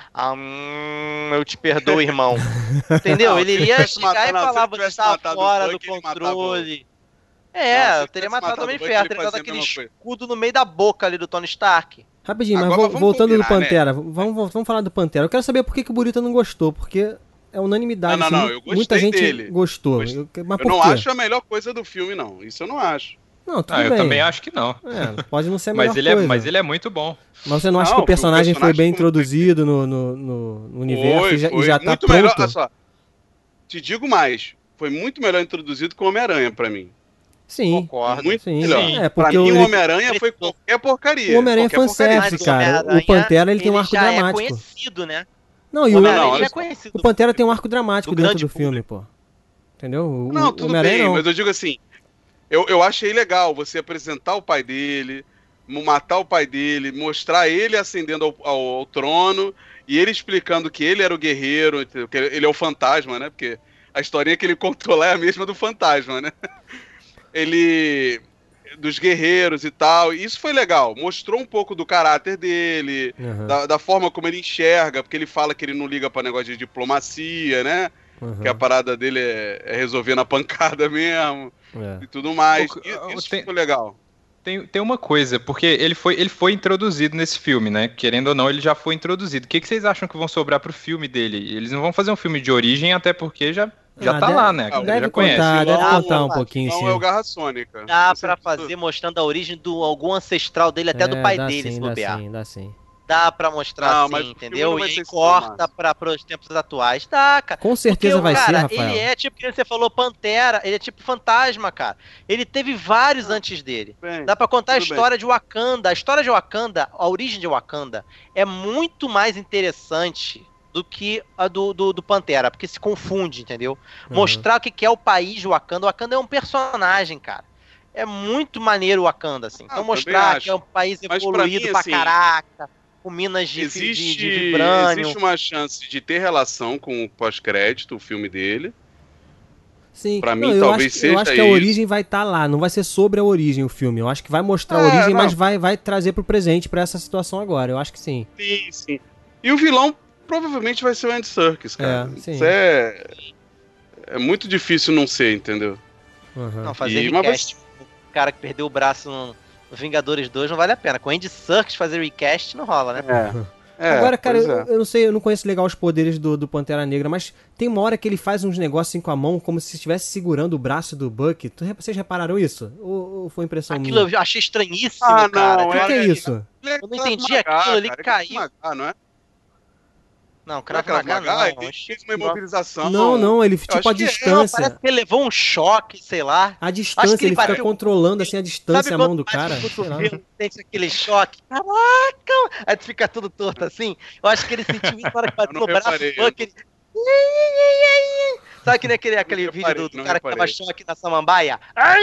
eu te perdoo, irmão. Entendeu? Ele iria chegar e falar, você tá fora do controle. Eu teria matado o Homem de Ferro, teria dado aquele escudo no meio da boca ali do Tony Stark. Rapidinho, mas voltando do Pantera, né? vamos falar do Pantera. Eu quero saber por que o Burita não gostou, porque é unanimidade. Não, eu gostei muita gente dele. Gostou. Mas eu não acho a melhor coisa do filme, não. Isso eu não acho. Não, tudo bem. Eu também acho que não. Pode não ser a melhor coisa. Mas ele é muito bom. Mas você não acha que o personagem foi bem introduzido no universo e já tá muito pronto? Melhor, olha só, te digo mais, foi muito melhor introduzido que o Homem-Aranha pra mim. Sim. Concordo. Muito melhor. Pra mim o Homem-Aranha foi qualquer porcaria. O Homem-Aranha é fanservice, cara. O Pantera ele tem um arco dramático. Ele é conhecido, né? Não, e o Pantera tem um arco dramático dentro do filme, pô. Entendeu? Não, tudo bem, mas eu digo assim, eu achei legal você apresentar o pai dele, matar o pai dele, mostrar ele ascendendo ao trono e ele explicando que ele era o guerreiro, que ele é o fantasma, né? Porque a historinha que ele contou lá é a mesma do fantasma, né? Ele... dos guerreiros e tal, e isso foi legal, mostrou um pouco do caráter dele, da forma como ele enxerga, porque ele fala que ele não liga pra negócio de diplomacia, né, que a parada dele é resolver na pancada mesmo, e tudo mais, isso foi legal. Tem uma coisa, porque ele foi introduzido nesse filme, né, querendo ou não, ele já foi introduzido. O que vocês acham que vão sobrar pro filme dele? Eles não vão fazer um filme de origem, até porque já tá lá, né? Deve contar um pouquinho, sim. Não é o Garra Sônica. Dá pra fazer mostrando a origem de algum ancestral dele, até do pai dele, se bobear. Dá sim. Dá pra mostrar assim, entendeu? E corta para os tempos atuais. Dá, cara. Com certeza vai ser, Rafael. Ele é tipo, que você falou, Pantera, ele é tipo fantasma, cara. Ele teve vários antes dele. Dá pra contar a história de Wakanda. A história de Wakanda, a origem de Wakanda, é muito mais interessante do que a do Pantera, porque se confunde, entendeu? Mostrar o que é o país de Wakanda. O Wakanda é um personagem, cara. É muito maneiro o Wakanda, assim. Então mostrar que é um país evoluído pra caraca, com minas de vibrânio. Existe uma chance de ter relação com o pós-crédito, o filme dele. Sim, pra mim talvez seja. Eu acho que a origem vai estar lá, não vai ser sobre a origem o filme. Eu acho que vai mostrar a origem, mas vai trazer pro presente pra essa situação agora. Eu acho que sim. Sim. E o vilão provavelmente vai ser o Andy Serkis, cara. Isso é muito difícil não ser, entendeu? Não, fazer recast, o cara que perdeu o braço no Vingadores 2 não vale a pena. Com o Andy Serkis fazer recast não rola, né? Agora, cara, eu não sei, eu não conheço legal os poderes do Pantera Negra, mas tem uma hora que ele faz uns negócios assim com a mão, como se estivesse segurando o braço do Bucky. Vocês repararam isso? Ou foi impressão minha? Aquilo eu achei estranhíssimo, cara. O que é isso? Eu não entendi aquilo ali, caiu. Não é? Não, Krav Maga não. Ele fez uma imobilização. Não, ele tipo a distância. Parece que ele levou um choque, sei lá. A distância, ele fica controlando assim a distância, a mão do cara. Tem aquele choque. Caraca! Aí tu fica tudo torto assim. Eu acho que ele sentiu isso na hora que bateu no braço do Bucky. Sabe que nem aquele vídeo do cara que tava choque na samambaia? Ai.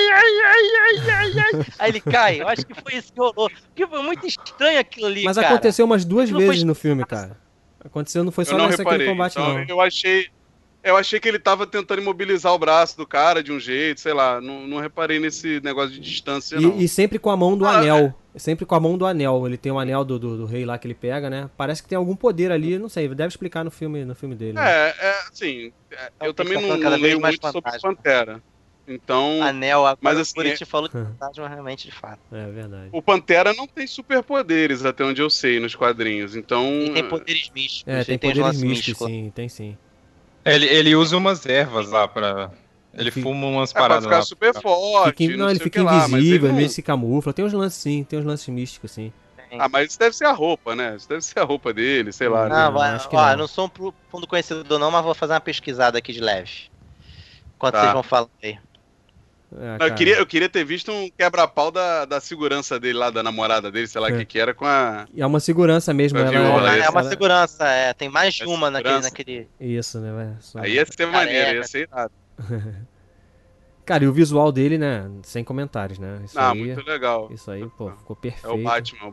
Aí ele cai. Eu acho que foi isso que rolou. Porque foi muito estranho aquilo ali, Mas aconteceu umas 2 vezes no filme, cara. Aconteceu, não foi só nessa aquele combate, então, não. Eu achei que ele tava tentando imobilizar o braço do cara de um jeito, sei lá. Não reparei nesse negócio de distância, não. E sempre com a mão do anel. Sempre com a mão do anel. Ele tem um anel do rei lá que ele pega, né? Parece que tem algum poder ali, não sei. Deve explicar no filme dele. Né? Assim, eu também não leio muito sobre Pantera. Então, anel, agora mas assim, por isso falou de fantasma realmente de fato. É verdade. O Pantera não tem superpoderes, até onde eu sei, nos quadrinhos. Então, ele tem poderes místicos. Tem poderes místicos, sim, tem sim. Ele usa umas ervas lá pra... Ele fuma umas paradas pra ficar lá. super forte. Ele fica invisível, às vezes se camufla. Tem uns lances sim, tem uns lances místicos, sim. Mas isso deve ser a roupa, né? Isso deve ser a roupa dele, sei lá. Não, não sou um fundo conhecedor não, mas vou fazer uma pesquisada aqui de leve. Enquanto vocês vão falando aí. Eu queria ter visto um quebra-pau da segurança dele lá, da namorada dele, sei lá o que era, com a... E é uma segurança mesmo. É uma segurança, tem mais de uma naquele... Isso, né? Aí ia ser maneiro, ia ser irado. Cara, e o visual dele, né? Sem comentários, né? Isso aí, muito legal. Isso aí, pô, ficou perfeito. É o Batman.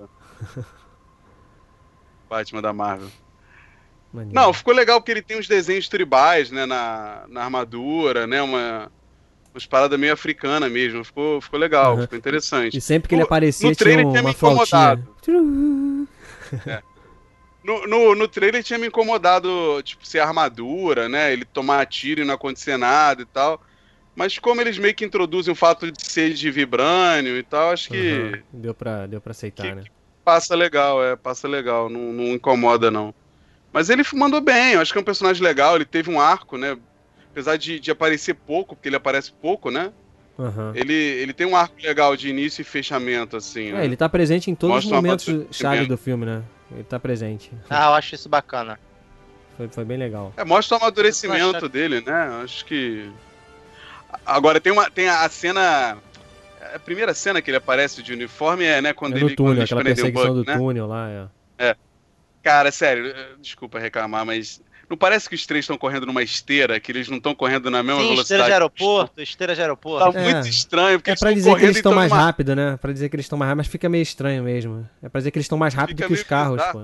Batman da Marvel. Maneiro. Não, ficou legal porque ele tem uns desenhos tribais, né, na armadura, né, umas paradas meio africanas mesmo. Ficou legal, ficou interessante. E sempre que ele aparecia no trailer tinha tinha uma me incomodado. flautinha. No trailer tinha me incomodado, tipo, ser armadura, né, ele tomar tiro e não acontecer nada e tal. Mas como eles meio que introduzem o fato de ser de vibrânio e tal, acho que... Deu pra aceitar, né? Passa legal, não incomoda não. Mas ele mandou bem, eu acho que é um personagem legal, ele teve um arco, né? Apesar de aparecer pouco, porque ele aparece pouco, né? Ele tem um arco legal de início e fechamento, assim, né? Ele tá presente em todos Mostra os momentos chave do filme, né? Ele tá presente. Eu acho isso bacana. Foi bem legal. Mostra o amadurecimento dele, né? Acho que... Agora, tem a cena... A primeira cena que ele aparece de uniforme né? Quando no túnel, eles aquela prendem o perseguição Buck, do né? túnel lá, Cara, sério, desculpa reclamar, mas não parece que os três estão correndo numa esteira, que eles não estão correndo na mesma velocidade? Esteira de aeroporto. Tá muito estranho, porque pra dizer que eles estão mais rápido, né? Pra dizer que eles estão mais rápido, mas fica meio estranho mesmo. É pra dizer que eles estão mais rápido que os carros, pô.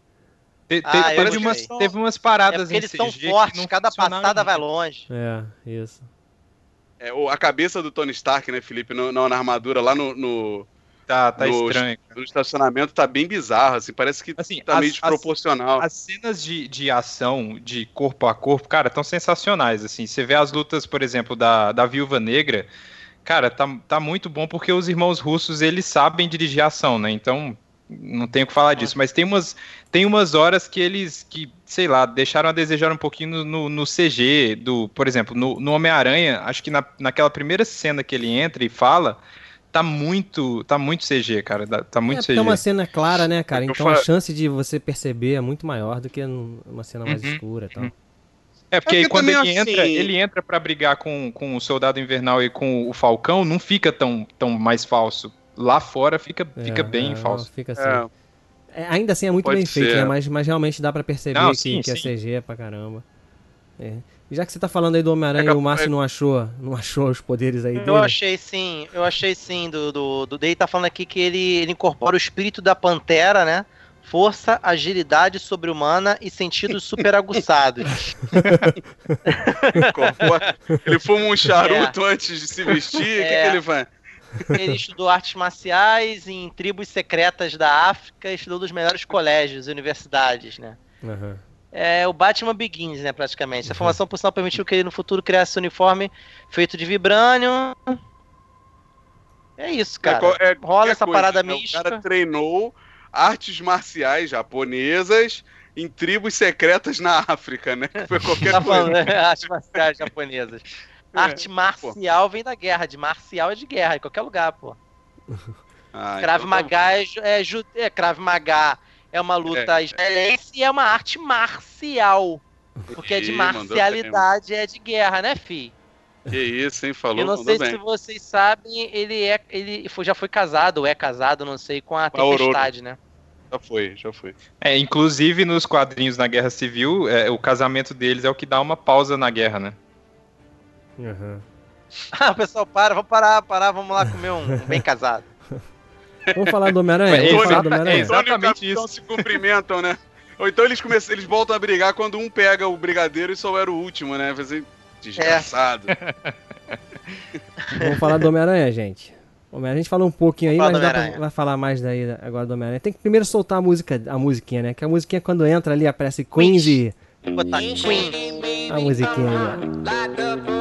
Teve umas paradas eles são fortes, cada passada vai longe. Isso. A cabeça do Tony Stark, né, Felipe, na armadura lá no estranho. No estacionamento tá bem bizarro, assim, parece que assim, tá meio desproporcional. As cenas de ação, de corpo a corpo, cara, tão sensacionais, assim. Você vê as lutas, por exemplo, da Viúva Negra, cara, tá muito bom porque os irmãos russos, eles sabem dirigir ação, né? Então, não tenho o que falar disso, mas tem umas horas que sei lá, deixaram a desejar um pouquinho no CG, por exemplo, no Homem-Aranha, acho que naquela primeira cena que ele entra e fala, tá muito CG, cara, tá muito CG. É uma cena clara, né, cara, então a chance de você perceber é muito maior do que uma cena mais escura e tal. Porque aí quando ele entra pra brigar com o Soldado Invernal e com o Falcão, não fica tão mais falso. Lá fora fica bem falso. Fica assim. Ainda assim é muito bem feito, né? Mas realmente dá pra perceber que é CG pra caramba. E já que você tá falando aí do Homem-Aranha e o Márcio não achou os poderes aí dele. Eu achei sim. Dele tá falando aqui que ele incorpora o espírito da Pantera, né? Força, agilidade sobre-humana e sentidos super aguçados. Ele fuma um charuto antes de se vestir, o que ele faz? Ele estudou artes marciais em tribos secretas da África, estudou nos melhores colégios e universidades, né? É o Batman Begins, né, praticamente. A formação por permitiu que ele no futuro criasse um uniforme feito de vibrânio. É isso, cara. Rola essa parada mística. O cara treinou artes marciais japonesas em tribos secretas na África, né? Foi qualquer coisa. Falando, né? Artes marciais japonesas. Arte marcial vem da guerra, de marcial é de guerra, em qualquer lugar, pô. Krav Maga Krav Maga é uma luta israelense e é uma arte marcial. Porque é de marcialidade, é de guerra, né, fi? Que isso, hein? Falou, eu não sei se vocês sabem, ele já foi casado, ou é casado, não sei, com a Tempestade, né? Já foi. Inclusive nos quadrinhos na Guerra Civil, o casamento deles é o que dá uma pausa na guerra, né? Pessoal, vamos parar, vamos lá comer um bem casado. Vamos falar do Homem-Aranha? Exatamente isso. Se cumprimentam, né? Ou então eles voltam a brigar quando um pega o brigadeiro e só era o último, né? Desgraçado. Vamos falar do Homem-Aranha, gente. A gente falou um pouquinho aí, mas vai falar mais daí agora do Homem-Aranha. Tem que primeiro soltar a musiquinha, né? Que a musiquinha quando entra ali aparece Queens e... Vou botar Queen. A musiquinha aí, ó.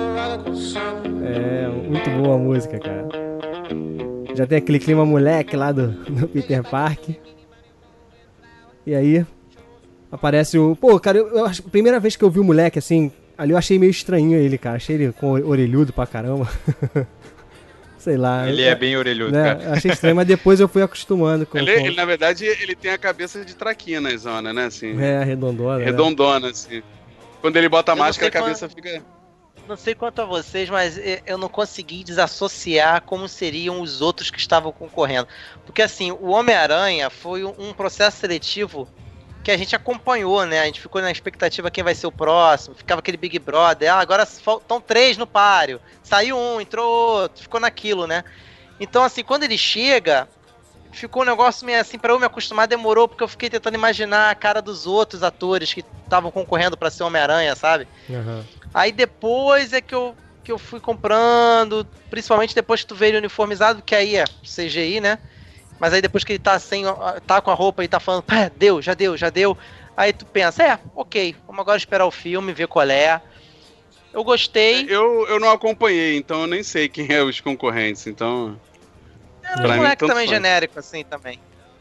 Muito boa a música, cara. Já tem aquele clima moleque lá do Peter Parker. E aí aparece o... Pô, cara, eu acho a primeira vez que eu vi o moleque assim, ali eu achei meio estranho ele, cara. Achei ele com orelhudo pra caramba. Sei lá. Ele é bem orelhudo, né? cara. Achei estranho, mas depois eu fui acostumando com... Ele, na verdade, ele tem a cabeça de traquina, zona, né? Assim, redondona. Redondona, né? Assim. Quando ele bota a máscara, a cabeça fica... Não sei quanto a vocês, mas eu não consegui desassociar como seriam os outros que estavam concorrendo. Porque, assim, o Homem-Aranha foi um processo seletivo que a gente acompanhou, né? A gente ficou na expectativa quem vai ser o próximo, ficava aquele Big Brother, agora faltam 3 no páreo, saiu um, entrou outro, ficou naquilo, né? Então, assim, quando ele chega, ficou um negócio meio assim, pra eu me acostumar demorou, porque eu fiquei tentando imaginar a cara dos outros atores que estavam concorrendo pra ser Homem-Aranha, sabe? Uhum. Aí depois é que eu fui comprando, principalmente depois que tu vê ele uniformizado, que aí é CGI, né? Mas aí depois que ele tá com a roupa e tá falando, já deu. Aí tu pensa, ok, vamos agora esperar o filme, ver qual é. Eu gostei. Eu não acompanhei, então eu nem sei quem é os concorrentes, então... É um moleque também genérico, assim, também.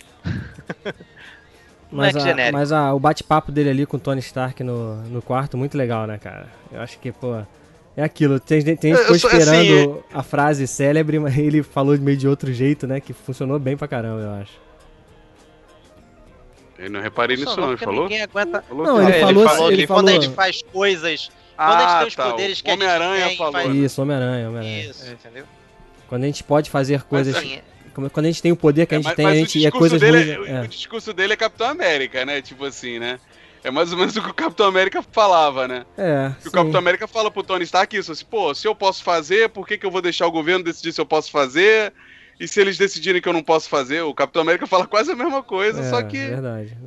Mas o bate-papo dele ali com o Tony Stark no quarto, muito legal, né, cara? Eu acho que, pô... É aquilo, tem gente que ficou esperando a frase célebre, mas ele falou meio de outro jeito, né? Que funcionou bem pra caramba, eu acho. Eu não reparei nisso não, ele falou? Ninguém aguenta... Não, ele falou que quando a gente faz coisas... Quando a gente tem os poderes que a gente tem... Homem-Aranha falou. Isso, Homem-Aranha. Isso, entendeu? Quando a gente pode fazer coisas... Assim, quando a gente tem o poder que a gente tem, a gente é coisas dele, ruins... O discurso dele é Capitão América, né? Tipo assim, né? É mais ou menos o que o Capitão América falava, né? Que o Capitão América fala pro Tony Stark isso, assim, pô, se eu posso fazer, por que eu vou deixar o governo decidir se eu posso fazer? E se eles decidirem que eu não posso fazer? O Capitão América fala quase a mesma coisa, só que... Verdade.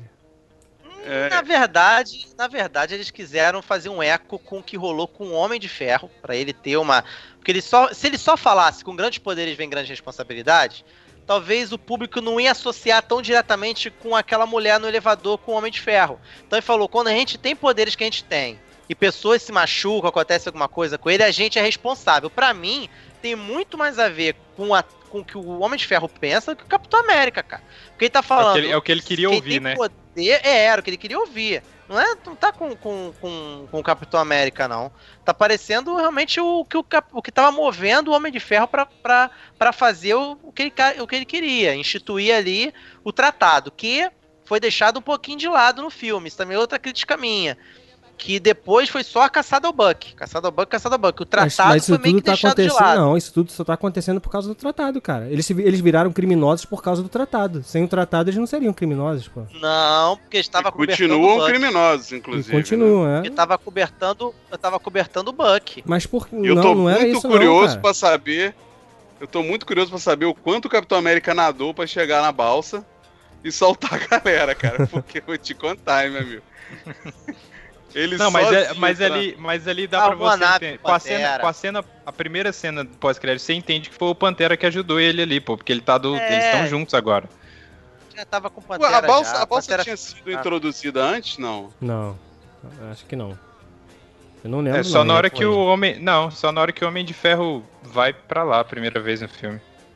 Na verdade, eles quiseram fazer um eco com o que rolou com o Homem de Ferro, pra ele ter uma... Porque se ele só falasse com grandes poderes vem grandes responsabilidades, talvez o público não ia associar tão diretamente com aquela mulher no elevador com o Homem de Ferro. Então ele falou, quando a gente tem poderes que a gente tem, e pessoas se machucam, acontece alguma coisa com ele, a gente é responsável. Pra mim, tem muito mais a ver com o que o Homem de Ferro pensa do que o Capitão América, cara. Porque ele tá falando... É o que ele queria ouvir, né? Era o que ele queria ouvir. Não tá com o Capitão América, não. Tá parecendo realmente o que tava movendo o Homem de Ferro pra fazer o que ele queria. Instituir ali o tratado, que foi deixado um pouquinho de lado no filme. Isso também é outra crítica minha. Que depois foi só a caçada ao Buck. Caçada ao Buck. O tratado foi meio que deixado de lado. Não, isso tudo só tá acontecendo por causa do tratado, cara. Eles viraram criminosos por causa do tratado. Sem o tratado, eles não seriam criminosos, pô. Não, porque estava cobertando continuam o Buck. Criminosos, inclusive. E continuam, né? Porque tava cobertando o Buck. Mas não era isso, curioso não, pra saber. Eu tô muito curioso pra saber o quanto o Capitão América nadou pra chegar na balsa e soltar a galera, cara. Porque eu vou te contar, hein, meu amigo. Ele mas ali dá pra você entender. A primeira cena do pós-crédito, você entende que foi o Pantera que ajudou ele ali, pô, porque eles estão juntos agora. Já tava com o Pantera. A balsa tinha sido introduzida antes, não? Não, acho que não. Eu não lembro. Só na hora que o Homem. Não, só na hora que o Homem de Ferro vai pra lá a primeira vez no filme.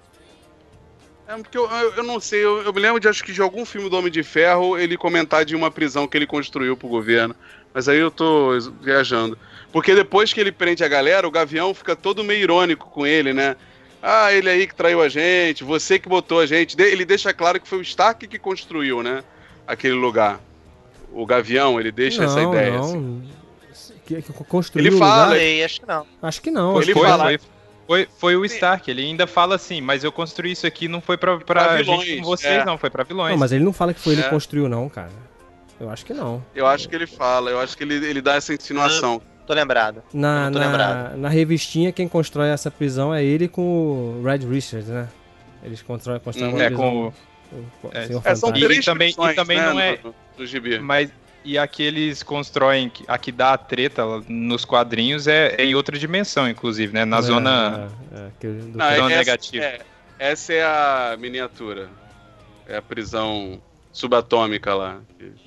Porque eu não sei, eu me lembro acho que de algum filme do Homem de Ferro ele comentar de uma prisão que ele construiu pro governo. Mas aí eu tô viajando. Porque depois que ele prende a galera, o Gavião fica todo meio irônico com ele, né? Ah, ele aí que traiu a gente, você que botou a gente. Ele deixa claro que foi o Stark que construiu, né? Aquele lugar. O Gavião, ele deixa essa ideia. Não. Assim. Que construiu ele fala. Acho que não. Acho que não. Foi o Stark, ele ainda fala assim, mas eu construí isso aqui não foi pra vilões, gente com vocês, não, foi pra vilões. Não, mas ele não fala que foi ele que construiu, não, cara. Eu acho que não. Eu acho que ele fala, eu acho que ele dá essa insinuação. Tô lembrado. Na revistinha, quem constrói essa prisão é ele com o Red Richards, né? Eles constroem uma prisão. São três prisões, e também né, não é... no gibi. Mas, e aqui eles constroem, a que dá a treta nos quadrinhos é em outra dimensão, inclusive, né? Na zona negativa. Essa é a miniatura. É a prisão subatômica lá.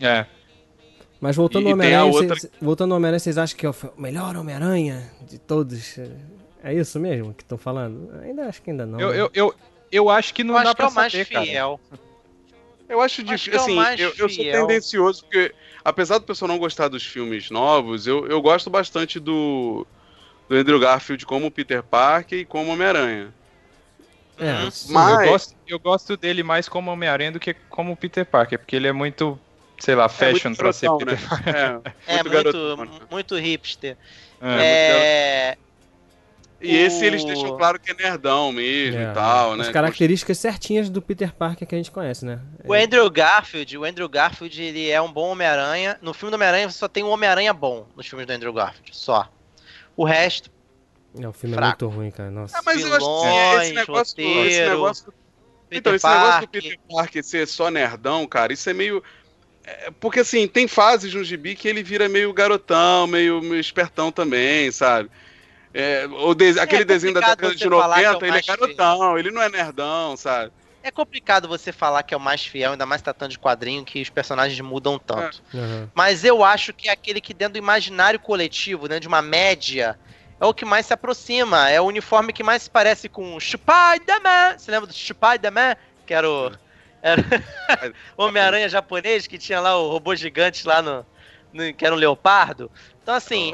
Mas voltando ao Homem-Aranha, vocês acham que é o melhor Homem-Aranha de todos? É isso mesmo que estão falando? Acho que ainda não. Eu acho que não dá pra saber, cara. Fiel. Eu acho difícil, assim, eu sou tendencioso, porque apesar do pessoal não gostar dos filmes novos, eu gosto bastante do Andrew Garfield como Peter Parker e como Homem-Aranha. Mas eu gosto dele mais como Homem-Aranha do que como Peter Parker, porque ele é muito, sei lá, fashion pra ser Peter Parker. Muito hipster. E esse eles deixam claro que é nerdão mesmo e tal, né? As características certinhas do Peter Parker que a gente conhece, né? O Andrew Garfield, ele é um bom Homem-Aranha. No filme do Homem-Aranha só tem um Homem-Aranha bom nos filmes do Andrew Garfield, só. O resto... O filme fraco. É muito ruim, cara. Nossa. Mas eu acho que esse negócio... Então, esse negócio do Peter Parker ser só nerdão, cara, isso é meio... Porque, assim, tem fases no gibi que ele vira meio garotão, meio espertão também, sabe? Aquele desenho da década de 90, ele é garotão, ele não é nerdão, sabe? É complicado você falar que é o mais fiel, ainda mais tratando de quadrinho, que os personagens mudam tanto. Mas eu acho que é aquele que dentro do imaginário coletivo, né, de uma média, é o que mais se aproxima. É o uniforme que mais se parece com o Spider-Man. Você lembra do Spider-Man? Que era o Homem-Aranha japonês, que tinha lá o robô gigante lá que era um leopardo. Então, assim,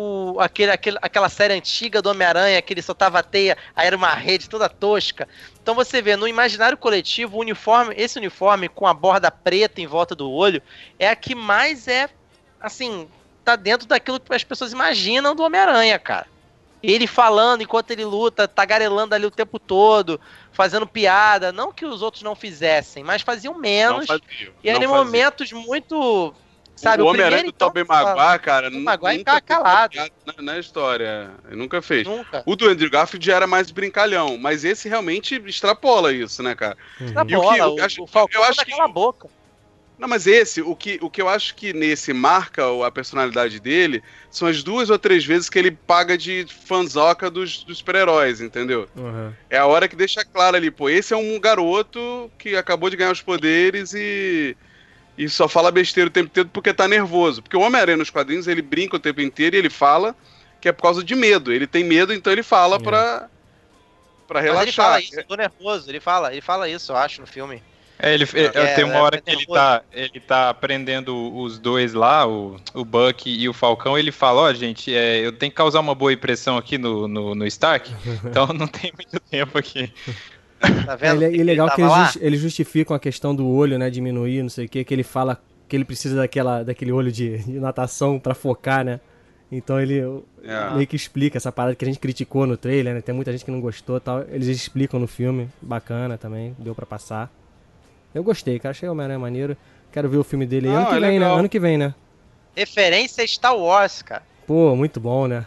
aquela série antiga do Homem-Aranha, que ele soltava a teia, aí era uma rede toda tosca. Então você vê, no imaginário coletivo, esse uniforme com a borda preta em volta do olho, é a que mais assim, tá dentro daquilo que as pessoas imaginam do Homem-Aranha, cara. Ele falando enquanto ele luta, tagarelando ali o tempo todo, fazendo piada. Não que os outros não fizessem, mas faziam menos. E eram momentos muito... Sabe, o Homem-Aranha do Tobey Maguire, cara, nunca ficava calado na história. Ele nunca fez. Nunca. O do Andrew Garfield já era mais brincalhão, mas esse realmente extrapola isso, né, cara? Extrapola, o Falcão daquela boca. Não, mas o que eu acho que nesse marca a personalidade dele são as 2 ou 3 vezes que ele paga de fanzoca dos super-heróis, entendeu? É a hora que deixa claro ali, pô, esse é um garoto que acabou de ganhar os poderes e só fala besteira o tempo inteiro porque tá nervoso. Porque o Homem-Aranha nos quadrinhos, ele brinca o tempo inteiro e ele fala que é por causa de medo. Ele tem medo, então ele fala pra relaxar. Mas ele fala isso, eu tô nervoso. Ele fala isso, eu acho, no filme. Tem uma hora que ele tá aprendendo os dois lá, o Buck e o Falcão, ele fala, gente, eu tenho que causar uma boa impressão aqui no Stark, então não tem muito tempo aqui. Tá vendo? É legal que eles justificam a questão do olho, né, diminuir, não sei o que ele fala que ele precisa daquele olho de natação pra focar, né? Então ele meio que explica essa parada que a gente criticou no trailer, né? Tem muita gente que não gostou e tal. Eles explicam no filme, bacana também, deu pra passar. Eu gostei, cara, achei o Homem-Aranha maneiro. Quero ver o filme dele ano que vem, né? Referência Star Wars, cara. Pô, muito bom, né?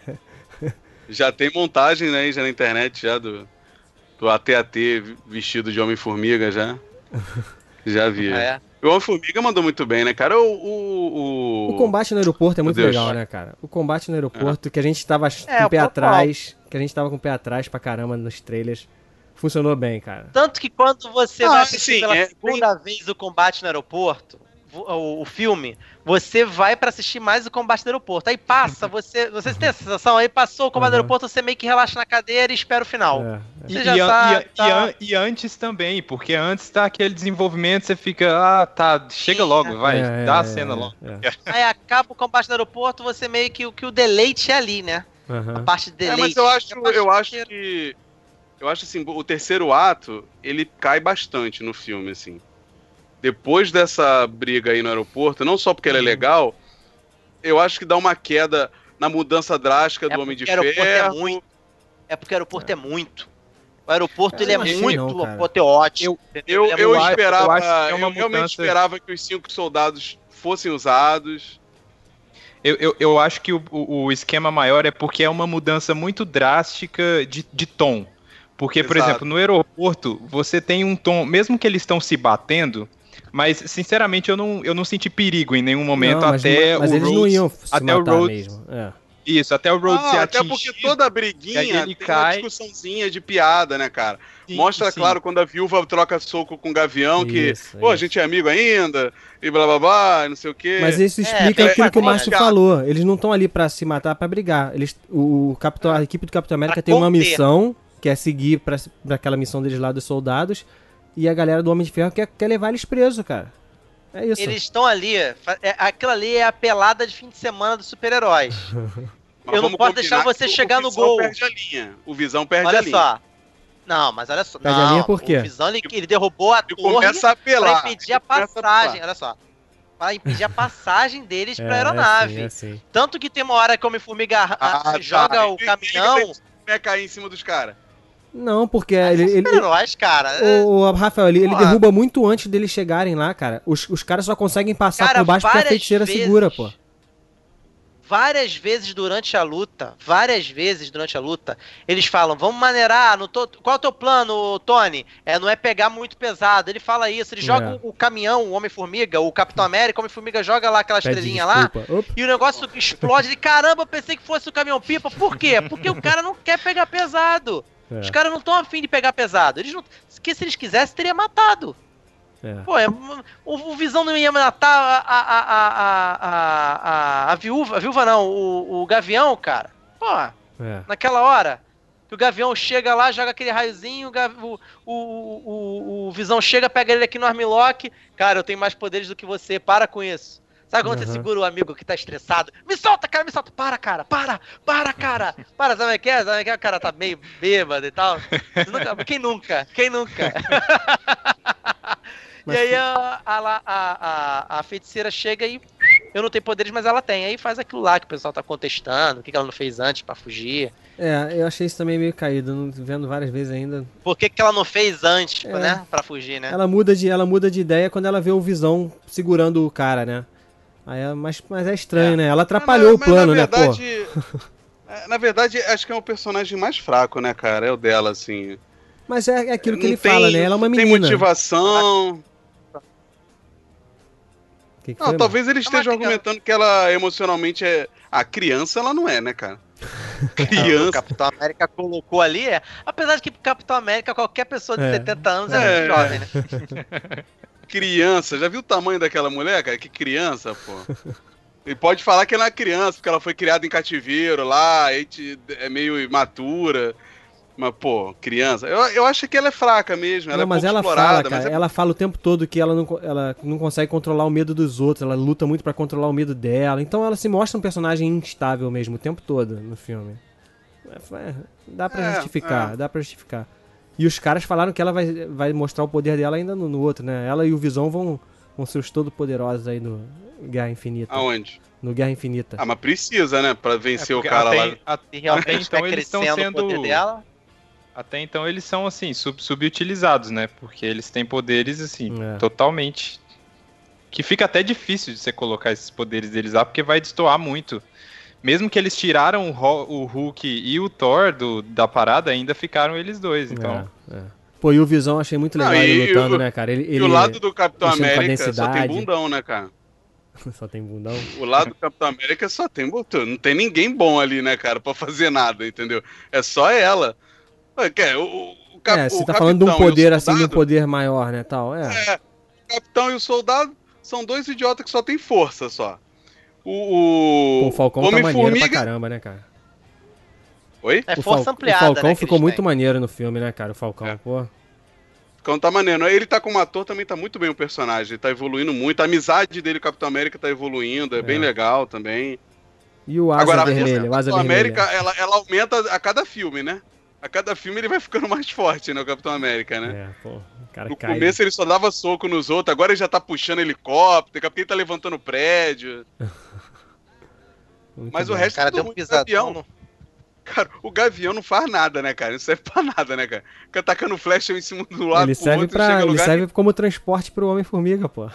Já tem montagem, né, já na internet, já do AT-AT vestido de Homem-Formiga, já. Já vi. O Homem-Formiga mandou muito bem, né, cara? O combate no aeroporto é muito legal, né, cara? O combate no aeroporto, que a gente tava com o pé atrás, pra caramba nos trailers. Funcionou bem, cara. Tanto que quando você vai assistir pela segunda vez o combate no aeroporto, o filme, você vai pra assistir mais o combate no aeroporto. Aí passa, você tem essa sensação, aí passou o combate no aeroporto, você meio que relaxa na cadeira e espera o final. Você já sabe. E antes também, porque antes tá aquele desenvolvimento, você fica, chega logo, vai, dá a cena logo. Aí acaba o combate no aeroporto, você meio que o deleite é ali, né? A parte de deleite. Mas eu acho assim, o terceiro ato, ele cai bastante no filme, assim. Depois dessa briga aí no aeroporto, não só porque ela é legal, eu acho que dá uma queda na mudança drástica do Homem de Ferro. É porque o aeroporto é muito. O aeroporto ele é muito apoteótico. Eu realmente esperava que os 5 soldados fossem usados. Eu acho que o esquema maior é porque é uma mudança muito drástica de tom. Porque, por exemplo, no aeroporto, você tem um tom, mesmo que eles estão se batendo, mas, sinceramente, eu não senti perigo em nenhum momento mas o eles Rhodes, não iam se até matar o Rhodes, mesmo. Isso, até o Rhodes se atingir. Até porque toda briguinha ele tem uma discussãozinha de piada, né, cara? Mostra, claro, quando a viúva troca soco com o Gavião, a gente é amigo ainda, e blá blá blá, não sei o quê. Mas isso explica aquilo que o Márcio falou. Eles não estão ali pra se matar, pra brigar. A equipe do Capitão América tem uma missão, que é seguir pra aquela missão deles lá dos soldados, e a galera do Homem de Ferro quer levar eles presos, cara. É isso. Eles estão ali, aquilo ali é a pelada de fim de semana dos super-heróis. Eu não posso deixar você chegar no gol. O Visão perde a linha. Olha só. Não, mas olha só. Perde a linha por quê? O Visão, ele derrubou a torre pra impedir a passagem. Olha só. Para impedir a passagem deles pra aeronave. É assim. Tanto que tem uma hora que o Homem-Formiga joga o caminhão não ia cair em cima dos caras? Não, porque ele cara. O Rafael, ele derruba muito antes deles chegarem lá, cara. Os caras só conseguem passar por baixo porque a feiticeira segura, pô. Várias vezes durante a luta, eles falam, vamos maneirar, qual é o teu plano, Tony? Não é pegar muito pesado. Ele fala isso, ele joga o caminhão, o Homem-Formiga, o Capitão América, o Homem-Formiga joga lá aquela estrelinha lá, e o negócio explode. Ele, caramba, eu pensei que fosse o caminhão-pipa. Por quê? Porque o cara não quer pegar pesado. Os caras não estão afim de pegar pesado. Porque se eles quisessem, teria matado. Pô, o Visão não ia matar a viúva. A viúva não, o Gavião, cara. Pô, naquela hora que o Gavião chega lá, joga aquele raiozinho, o Visão chega, pega ele aqui no Armlock. Cara, eu tenho mais poderes do que você, para com isso. Sabe quando você segura o amigo que tá estressado? Me solta, cara, me solta. Para, cara. Para, cara. Para, sabe o que é? Sabe o que é? O cara tá meio bêbado e tal. Quem nunca? Mas... E aí a feiticeira chega e eu não tenho poderes, mas ela tem. Aí faz aquilo lá que o pessoal tá contestando, o que ela não fez antes pra fugir. Eu achei isso também meio caído, vendo várias vezes ainda. Por que ela não fez antes, né? Pra fugir, né? Ela muda de ideia quando ela vê o Visão segurando o cara, né? Aí, mas é estranho, né? Ela atrapalhou o plano, né, pô? Na verdade, acho que é o personagem mais fraco, né, cara? É o dela, assim. Mas é aquilo que ele fala, né? Ela é uma menina. Tem motivação. Foi, talvez ele esteja argumentando que ela emocionalmente é... A criança, ela não é, né, cara? O Capitão América colocou ali, apesar de que Capitão América, qualquer pessoa de 70 anos é muito jovem, né? Criança, já viu o tamanho daquela mulher, cara? Que criança, pô. Ele pode falar que ela é criança, porque ela foi criada em cativeiro lá, é meio imatura. Mas, pô, criança. Eu acho que ela é fraca mesmo. Ela mas ela fala, cara, ela fala o tempo todo que ela não consegue controlar o medo dos outros. Ela luta muito pra controlar o medo dela. Então ela se mostra um personagem instável mesmo o tempo todo no filme. Dá pra justificar, dá pra justificar. E os caras falaram que ela vai mostrar o poder dela ainda no outro, né? Ela e o Visão vão ser os todo-poderosos aí no Guerra Infinita. Aonde? No Guerra Infinita. Mas precisa, né? Pra vencer o cara lá. Até então eles estão sendo... O poder dela. Até então eles são, assim, subutilizados, né? Porque eles têm poderes, assim, totalmente... Que fica até difícil de você colocar esses poderes deles lá, porque vai destoar muito. Mesmo que eles tiraram o Hulk e o Thor da parada, ainda ficaram eles dois, então... Pô, e o Visão achei muito legal ele lutando, né, cara? E o lado do Capitão América só tem bundão, né, cara? Só tem bundão? O lado do Capitão América só tem botão. Não tem ninguém bom ali, né, cara, pra fazer nada, entendeu? É só ela. Você tá falando de um poder assim, de um poder maior, né, tal. O Capitão e o Soldado são dois idiotas que só tem força, só. O Falcão tá maneiro pra caramba, né, cara? Oi? Força ampliada, o Falcão né, ficou muito maneiro no filme, né, cara? O Falcão, pô. O Falcão tá maneiro. Ele tá como ator, também tá muito bem o personagem. Ele tá evoluindo muito. A amizade dele com o Capitão América tá evoluindo. É bem legal também. E o Asa Vermelha? O Capitão América, ela aumenta a cada filme, né? A cada filme ele vai ficando mais forte, né? O Capitão América, né? O cara no começo ele só dava soco nos outros. Agora ele já tá puxando helicóptero. Daqui ele tá levantando prédio. Mas o resto cara deu um pisadão. Cara, o Gavião não faz nada, né, cara? Não serve pra nada, né, cara? Fica atacando flecha em cima do lado ele pro outro, chega ele serve como transporte pro Homem-Formiga, pô.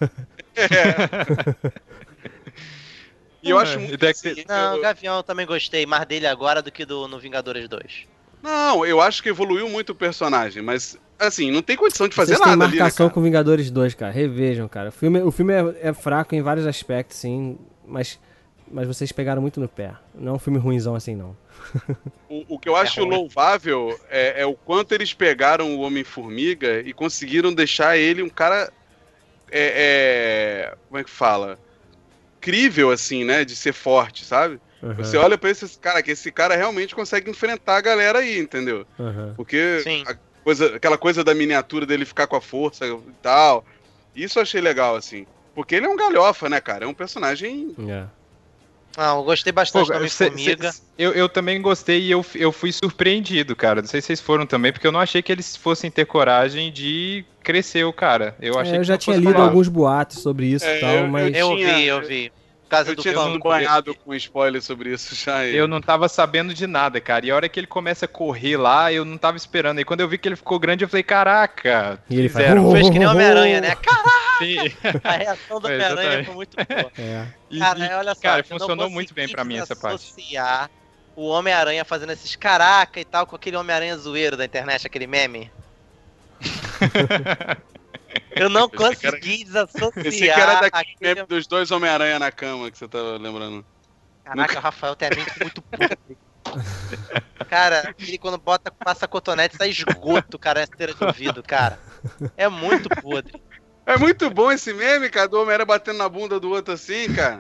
E eu acho muito... Não, o Gavião eu também gostei mais dele agora do que no Vingadores 2. Não, eu acho que evoluiu muito o personagem, mas, assim, não tem condição de fazer nada ali, Vocês têm marcação com Vingadores 2, cara. Revejam, cara. O filme é fraco em vários aspectos, sim, mas vocês pegaram muito no pé. Não é um filme ruinzão assim, não. O que eu acho louvável é o quanto eles pegaram o Homem-Formiga e conseguiram deixar ele um cara... como é que fala? Crível, assim, né? De ser forte, sabe? Uhum. Você olha pra esse cara, que esse cara realmente consegue enfrentar a galera aí, entendeu? Uhum. Porque aquela coisa da miniatura dele ficar com a força e tal, isso eu achei legal, assim. Porque ele é um galhofa, né, cara? É um personagem... Eu gostei bastante do Homem-Formiga. Eu também gostei e eu fui surpreendido, cara. Não sei se vocês foram também, porque eu não achei que eles fossem ter coragem de crescer o cara. Eu já tinha lido alguns boatos sobre isso e tal, mas... Eu vi. Casa Eu do tinha Fã. sido banhado com spoiler sobre isso já. Eu não tava sabendo de nada, cara. E a hora que ele começa a correr lá, eu não tava esperando. E quando eu vi que ele ficou grande, eu falei, caraca, E ele fizeram. Fez que nem Homem-Aranha, né? Caraca! Sim. A reação do Homem-Aranha exatamente. foi muito boa. É. Cara, olha só. cara, eu não funcionou muito bem pra mim essa parte. Associar o Homem-Aranha fazendo esses caraca e tal com aquele Homem-Aranha zoeiro da internet, aquele meme. Eu não consegui desassociar. Pensei que era daquele aquele... meme dos dois Homem-Aranha na cama que você tava lembrando. Caraca, o Rafael tem a mente muito podre. Cara, ele quando passa cotonete, sai esgoto, cara, na esteira de ouvido, cara. É muito podre. É muito bom esse meme, cara, do Homem-Aranha batendo na bunda do outro assim, cara.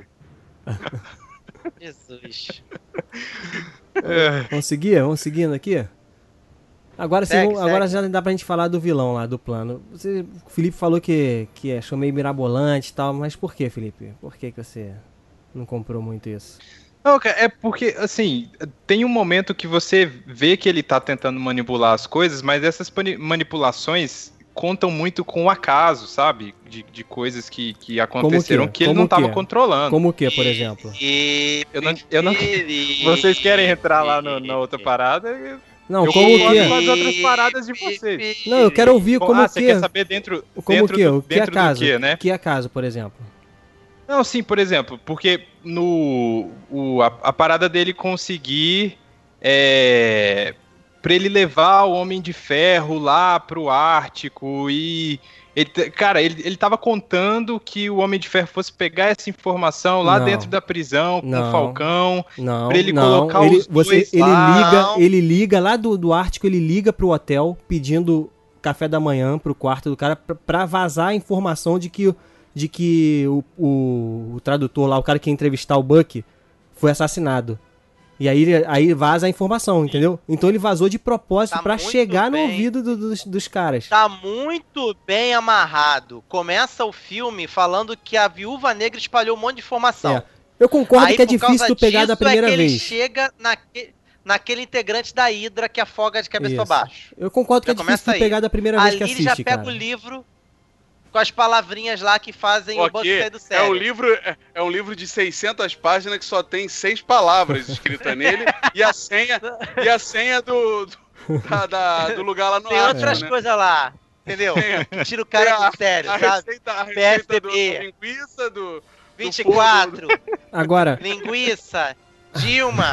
Jesus. Vamos seguir? Vamos seguindo aqui? Agora, Segue. agora já dá pra gente falar do vilão lá, do plano. O Felipe falou que achou meio mirabolante e tal, mas por que, Felipe? Por que você não comprou muito isso? Não, cara, é porque, assim, tem um momento que você vê que ele tá tentando manipular as coisas, mas essas manipulações contam muito com o acaso, sabe? De coisas que aconteceram que ele não tava controlando. Como o que, por exemplo? Eu não... Vocês querem entrar lá na outra parada? Não, eu como o quê? com as outras paradas de vocês. Não, eu quero ouvir como o quê? Você quer saber dentro o quê? O que é do caso? quê, né? O que é caso, por exemplo? Não, sim, por exemplo, porque a parada dele conseguir pra ele levar o Homem de Ferro lá pro Ártico e... Ele tava contando que o Homem de Ferro fosse pegar essa informação lá dentro da prisão com o Falcão, pra ele colocar os dois lá. Ele liga lá do Ártico, ele liga pro hotel pedindo café da manhã pro quarto do cara pra vazar a informação de que o tradutor lá, o cara que ia entrevistar o Bucky, foi assassinado. E aí vaza a informação, entendeu? Então ele vazou de propósito pra chegar no ouvido dos caras. Tá muito bem amarrado. Começa o filme falando que a Viúva Negra espalhou um monte de informação. Eu concordo aí, que é difícil tu pegar da primeira vez. Ele chega naquele integrante da Hydra que afoga de cabeça pra baixo. Eu concordo que é difícil tu pegar da primeira vez que assiste, ele já pega o livro com as palavrinhas lá que fazem o Bucky sair do sério. É um livro de 600 páginas que só tem 6 palavras escritas nele e a senha do lugar lá no Tem outras coisas lá, entendeu? Tira o cara do sério, sabe? PSDB. Linguiça, do 24. Agora. Linguiça. Dilma.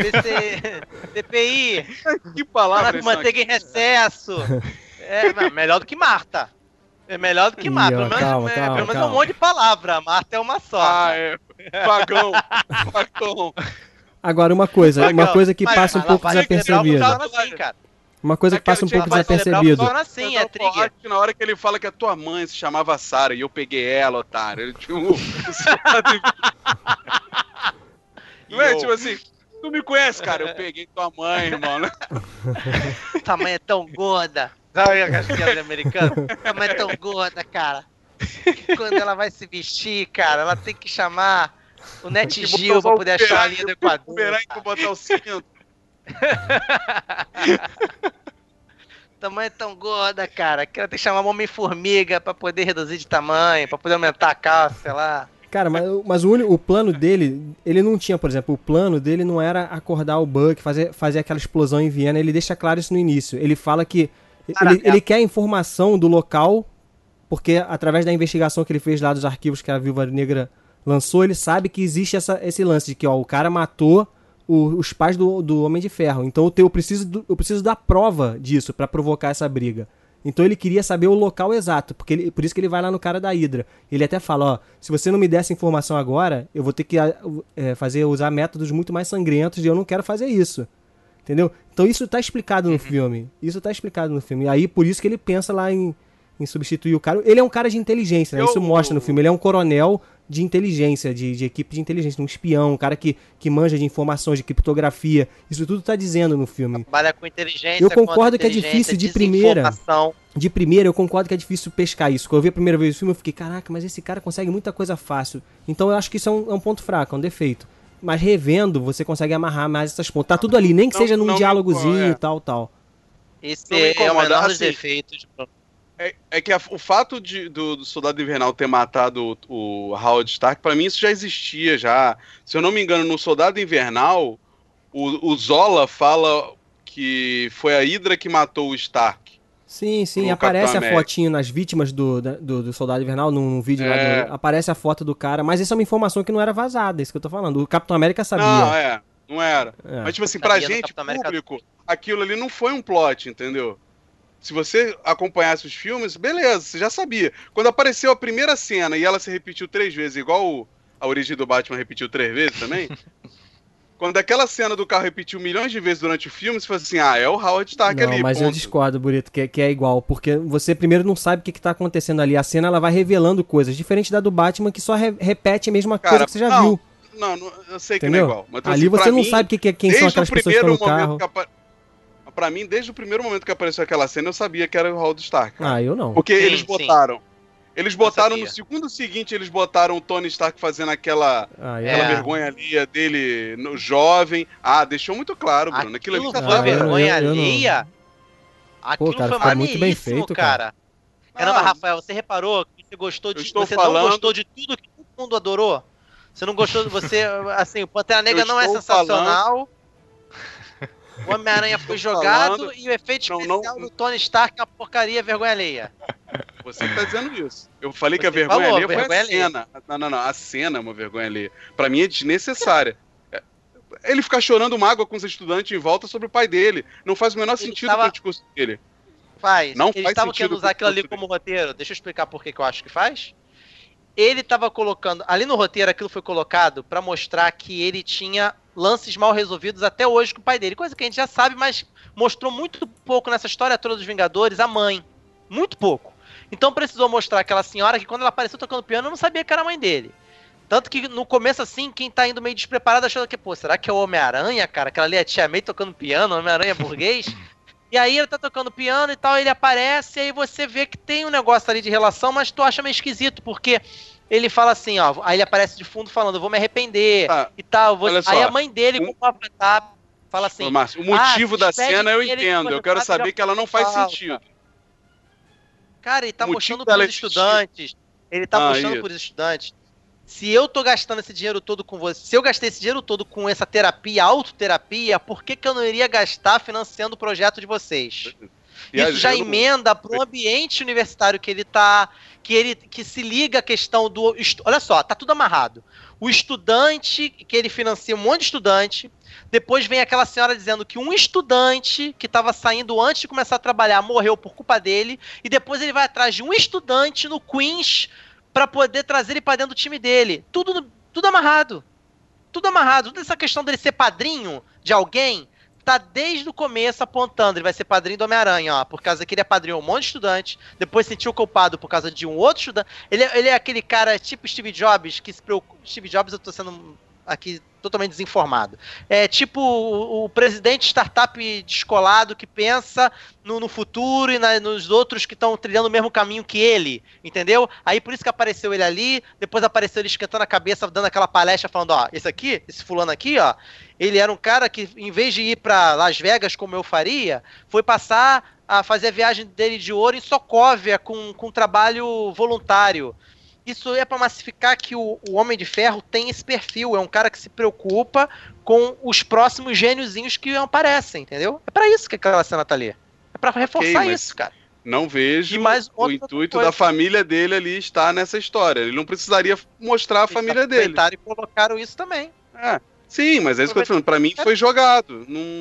CPI. Que palavra? Manteiga em recesso. Melhor do que Marta. É melhor do que Marta. Pelo menos é um monte de palavra. Marta é uma só. Vagão. Agora, uma coisa que passa um pouco desapercebida. Uma coisa que passa um pouco desapercebido. Assim, é trigger. Na hora que ele fala que a tua mãe se chamava Sarah e eu peguei ela, otário. Ele, tipo... Não é? Tipo assim... Tu me conhece, cara? Eu peguei tua mãe, irmão. Tua mãe é tão gorda. Sabe a casquinha americana? Tua mãe é tão gorda, cara. Que quando ela vai se vestir, cara, ela tem que chamar o Net Gil pra poder achar a linha do Equador. Pra botar o cinto. Tua mãe é tão gorda, cara, que ela tem que chamar uma Homem-Formiga pra poder reduzir de tamanho, pra poder aumentar a calça, sei lá. Cara, mas o plano dele, ele não tinha, por exemplo, o plano dele não era acordar o Buck, fazer aquela explosão em Viena, ele deixa claro isso no início. Ele fala que ele quer informação do local, porque através da investigação que ele fez lá dos arquivos que a Viúva Negra lançou, ele sabe que existe esse lance de que o cara matou os pais do Homem de Ferro. Então eu preciso da prova disso pra provocar essa briga. Então ele queria saber o local exato, por isso que ele vai lá no cara da Hydra. Ele até fala, se você não me der essa informação agora, eu vou ter que usar métodos muito mais sangrentos e eu não quero fazer isso. Entendeu? Então isso tá explicado no filme. E aí por isso que ele pensa lá em substituir o cara. Ele é um cara de inteligência, né? Isso mostra no filme. Ele é um coronel de inteligência, de equipe de inteligência, um espião, um cara que manja de informações, de criptografia. Isso tudo tá dizendo no filme. Trabalha com inteligência. Eu concordo que é difícil de primeira. De primeira, eu concordo que é difícil pescar isso. Quando eu vi a primeira vez o filme, eu fiquei, caraca, mas esse cara consegue muita coisa fácil. Então eu acho que isso é um ponto fraco, é um defeito. Mas revendo, você consegue amarrar mais essas pontas. Tá tudo ali, nem que seja num diálogozinho e tal. Esse é o menor dos defeitos. É que o fato do Soldado Invernal ter matado o Howard Stark, pra mim isso já existia já. Se eu não me engano, no Soldado Invernal, o Zola fala que foi a Hydra que matou o Stark. Sim, aparece a fotinho nas vítimas do Soldado Invernal, num vídeo lá, aparece a foto do cara, mas isso é uma informação que não era vazada, isso que eu tô falando. O Capitão América sabia. Não era. Mas tipo assim, pra gente, público, aquilo ali não foi um plot, entendeu? Se você acompanhasse os filmes, beleza, você já sabia. Quando apareceu a primeira cena e ela se repetiu 3 vezes, igual a origem do Batman repetiu 3 vezes também... Quando aquela cena do carro repetiu milhões de vezes durante o filme, você fala assim, é o Howard Stark ali. Mas eu discordo, Burito, que é igual, porque você primeiro não sabe o que tá acontecendo ali. A cena, ela vai revelando coisas, diferente da do Batman, que só repete a mesma coisa que você já viu. Não, eu sei. Entendeu? Que não é igual. Mas, ali assim, você não sabe quem são aquelas pessoas que estão no carro. Pra mim, desde o primeiro momento que apareceu aquela cena, eu sabia que era o Howard Stark. Cara. Eu não. Porque eles botaram... Eles botaram, no segundo seguinte, eles botaram o Tony Stark fazendo aquela vergonha alheia dele no jovem. Deixou muito claro, Bruno. Aquilo foi vergonha alheia? Aquilo foi maneiríssimo, muito bem feito, cara. Caramba, Rafael, você reparou que você gostou de... Você não gostou de tudo que todo mundo adorou? Você não gostou de você... Assim, o Pantera Negra não é sensacional. O Homem-Aranha foi jogado e o efeito especial do Tony Stark é uma porcaria, vergonha alheia. Você que tá dizendo isso. Eu falei que a vergonha alheia foi a cena. Não. A cena é uma vergonha alheia. Pra mim é desnecessária. Ele ficar chorando mágoa com os estudantes em volta sobre o pai dele. Não faz o menor sentido com o discurso dele. Eles estavam querendo usar aquilo ali como roteiro. Deixa eu explicar por que eu acho que faz. Ele tava colocando... Ali no roteiro, aquilo foi colocado pra mostrar que ele tinha lances mal resolvidos até hoje com o pai dele. Coisa que a gente já sabe, mas mostrou muito pouco nessa história toda dos Vingadores, a mãe. Muito pouco. Então precisou mostrar aquela senhora que quando ela apareceu tocando piano, eu não sabia que era a mãe dele. Tanto que no começo, assim, quem tá indo meio despreparado achando que, será que é o Homem-Aranha, cara? Aquela ali é a Tia May tocando piano, o Homem-Aranha burguês. E aí ele tá tocando piano e tal, ele aparece, e aí você vê que tem um negócio ali de relação, mas tu acha meio esquisito, porque ele fala assim, aí ele aparece de fundo falando, eu vou me arrepender e tal. Aí a mãe dele, como avatar, fala assim... Márcio, o motivo da cena eu entendo, eu quero saber que ela não faz sentido. Cara, ele tá mostrando pros estudantes, pros estudantes, se eu tô gastando esse dinheiro todo com você, se eu gastei esse dinheiro todo com essa terapia, autoterapia, por que eu não iria gastar financiando o projeto de vocês? Isso já emenda pro ambiente universitário que ele tá, que se liga à questão do... Olha só, tá tudo amarrado. O estudante, que ele financia um monte de estudante, depois vem aquela senhora dizendo que um estudante que estava saindo antes de começar a trabalhar morreu por culpa dele, e depois ele vai atrás de um estudante no Queens para poder trazer ele para dentro do time dele. Tudo amarrado. Tudo amarrado. Toda essa questão dele ser padrinho de alguém tá desde o começo apontando. Ele vai ser padrinho do Homem-Aranha, por causa que ele é padrinho de um monte de estudante, depois se sentiu culpado por causa de um outro estudante. Ele é aquele cara tipo Steve Jobs, que se preocupa... Steve Jobs, eu tô sendo aqui totalmente desinformado. É tipo o presidente startup descolado que pensa no futuro e nos outros que estão trilhando o mesmo caminho que ele, entendeu? Aí por isso que apareceu ele ali, depois apareceu ele esquentando a cabeça, dando aquela palestra falando, esse fulano aqui, ele era um cara que, em vez de ir pra Las Vegas, como eu faria, foi passar a fazer a viagem dele de ouro em Sokovia, com trabalho voluntário. Isso é para massificar que o Homem de Ferro tem esse perfil, é um cara que se preocupa com os próximos gêniozinhos que aparecem, entendeu? É para isso que aquela cena tá ali. É para reforçar isso, cara. Não vejo o intuito da família dele ali estar nessa história. Ele não precisaria mostrar a família dele. E colocaram isso também. Sim, mas é isso que eu tô falando. Pra mim foi jogado.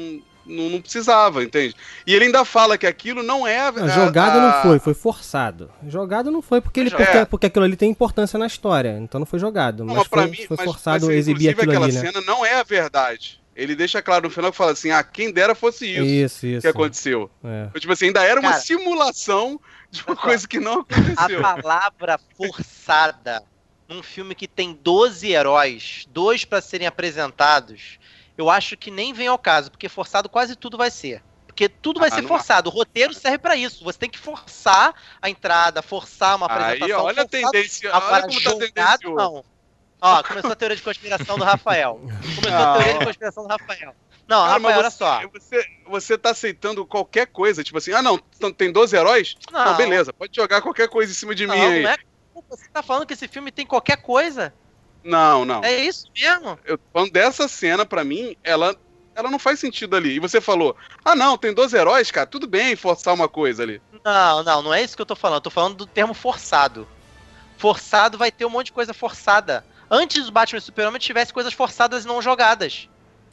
Não precisava, entende? E ele ainda fala que aquilo não é... Jogado não foi forçado. Jogado não foi porque aquilo ali tem importância na história. Então não foi jogado. Mas foi forçado exibir aquilo ali, né? Aquela cena não é a verdade. Ele deixa claro no final que fala assim, quem dera fosse isso que aconteceu. Tipo assim, ainda era uma simulação de uma coisa que não aconteceu. A palavra forçada num filme que tem 12 heróis, 2 para serem apresentados, eu acho que nem vem ao caso, porque forçado quase tudo vai ser. Porque tudo vai ser forçado. O roteiro serve pra isso. Você tem que forçar a entrada, forçar uma apresentação. Aí, olha a tendência. Agora, olha como jogado, não. Começou a teoria de conspiração do Rafael. Não, Cara, Rafael, olha só. Você tá aceitando qualquer coisa, tipo assim, não, tem 12 heróis? Não, beleza, pode jogar qualquer coisa em cima de mim aí. Não é. Você tá falando que esse filme tem qualquer coisa? Não. É isso mesmo? Eu falando dessa cena, pra mim, ela não faz sentido ali. E você falou, não, tem 12 heróis, cara, tudo bem forçar uma coisa ali. Não é isso que eu tô falando. Eu tô falando do termo forçado. Forçado vai ter um monte de coisa forçada. Antes do Batman e Super-Homem tivesse coisas forçadas e não jogadas.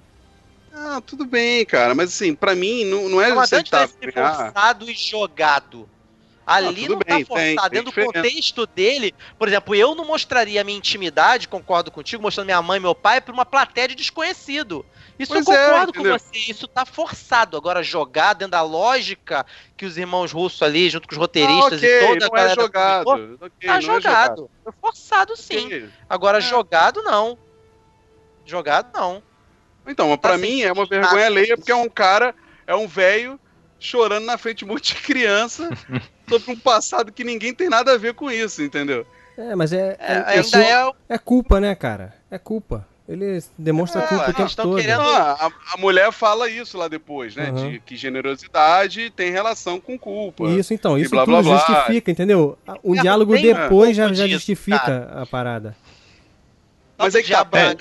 Tudo bem, cara, mas assim, pra mim, não é aceitável. Forçado e jogado. Ali não tá forçado. Dentro do contexto dele, por exemplo, eu não mostraria a minha intimidade, concordo contigo, mostrando minha mãe e meu pai pra uma plateia de desconhecido. Isso eu concordo com você, isso tá forçado. Agora, jogar dentro da lógica que os irmãos russos ali, junto com os roteiristas e toda a galera... Tá jogado. Foi forçado, sim. Agora, jogado, não. Jogado, não. Então, mas pra mim é uma vergonha alheia, porque é um velho chorando na frente de um monte de criança sobre um passado que ninguém tem nada a ver com isso, entendeu? Mas é culpa, né, cara? É culpa. Ele demonstra culpa o tempo todo. A mulher fala isso lá depois, né? De que generosidade tem relação com culpa. Isso, então. Isso tudo justifica, entendeu? Um diálogo depois já justifica a parada. Mas é que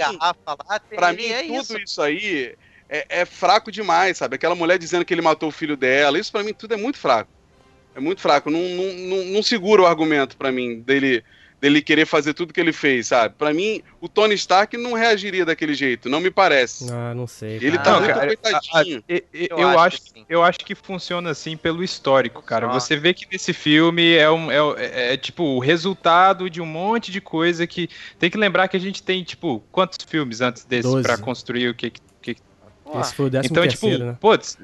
pra mim, tudo isso aí é fraco demais, sabe? Aquela mulher dizendo que ele matou o filho dela, isso pra mim tudo é muito fraco. É muito fraco. Não segura o argumento pra mim dele querer fazer tudo que ele fez, sabe? Pra mim, o Tony Stark não reagiria daquele jeito, não me parece. Não sei. Ele tá muito coitadinho. Eu acho que funciona assim pelo histórico, cara. Você vê que nesse filme é tipo o resultado de um monte de coisa que... Tem que lembrar que a gente tem, tipo, quantos filmes antes desse 12. Pra construir o que... Esse foi o 13º, então, tipo, né? Putz,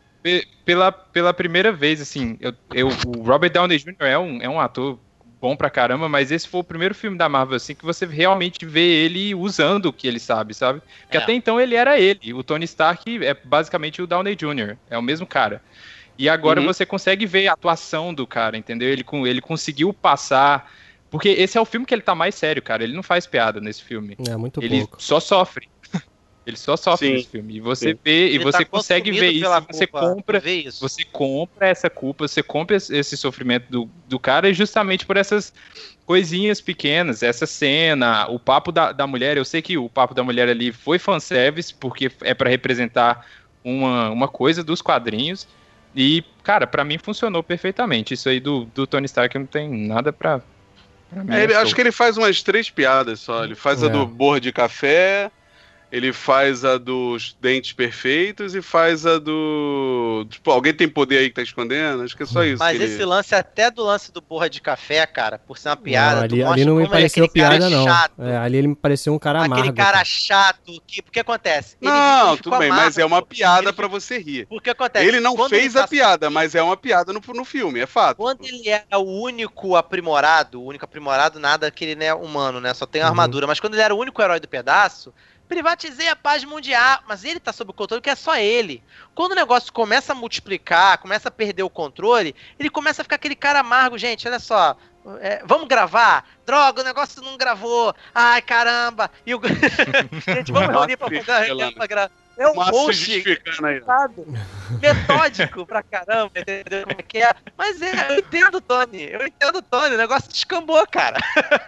pela primeira vez, assim, o Robert Downey Jr. é um ator bom pra caramba, mas esse foi o primeiro filme da Marvel, assim, que você realmente vê ele usando o que ele sabe? Porque até então ele era ele. O Tony Stark é basicamente o Downey Jr., é o mesmo cara. E agora você consegue ver a atuação do cara, entendeu? Ele conseguiu passar... Porque esse é o filme que ele tá mais sério, cara. Ele não faz piada nesse filme. Muito ele pouco. Só sofre. Ele só sofre nesse filme. E você vê, e você consegue ver isso. Você compra essa culpa, você compra esse sofrimento do cara justamente por essas coisinhas pequenas, essa cena, o papo da mulher. Eu sei que o papo da mulher ali foi fanservice, porque é pra representar uma coisa dos quadrinhos. E, cara, pra mim funcionou perfeitamente. Isso aí do Tony Stark não tem nada pra mim. Acho que ele faz umas 3 piadas só. Ele faz a do borra de café... Ele faz a dos dentes perfeitos e faz a do... Tipo, alguém tem poder aí que tá escondendo? Acho que é só isso. Mas esse lance, até do lance do borra de café, cara, por ser uma piada... Ali não me pareceu piada, não. Ali ele me pareceu um cara amargo. Aquele cara chato, o que acontece? Tudo bem, mas é uma piada pra você rir. O que acontece? Ele não fez a piada, mas é uma piada no filme, é fato. Quando ele era o único aprimorado nada que ele não é humano, né? Só tem a armadura. Mas quando ele era o único herói do pedaço... Privatizei a paz mundial, mas ele tá sob o controle que é só ele. Quando o negócio começa a multiplicar, começa a perder o controle, ele começa a ficar aquele cara amargo, gente, olha só, vamos gravar? Droga, o negócio não gravou, ai caramba, e o... gente, vamos reunir pra gravar. É um post metódico pra caramba, entendeu como é que é? Mas eu entendo o Tony, o negócio descambou, cara.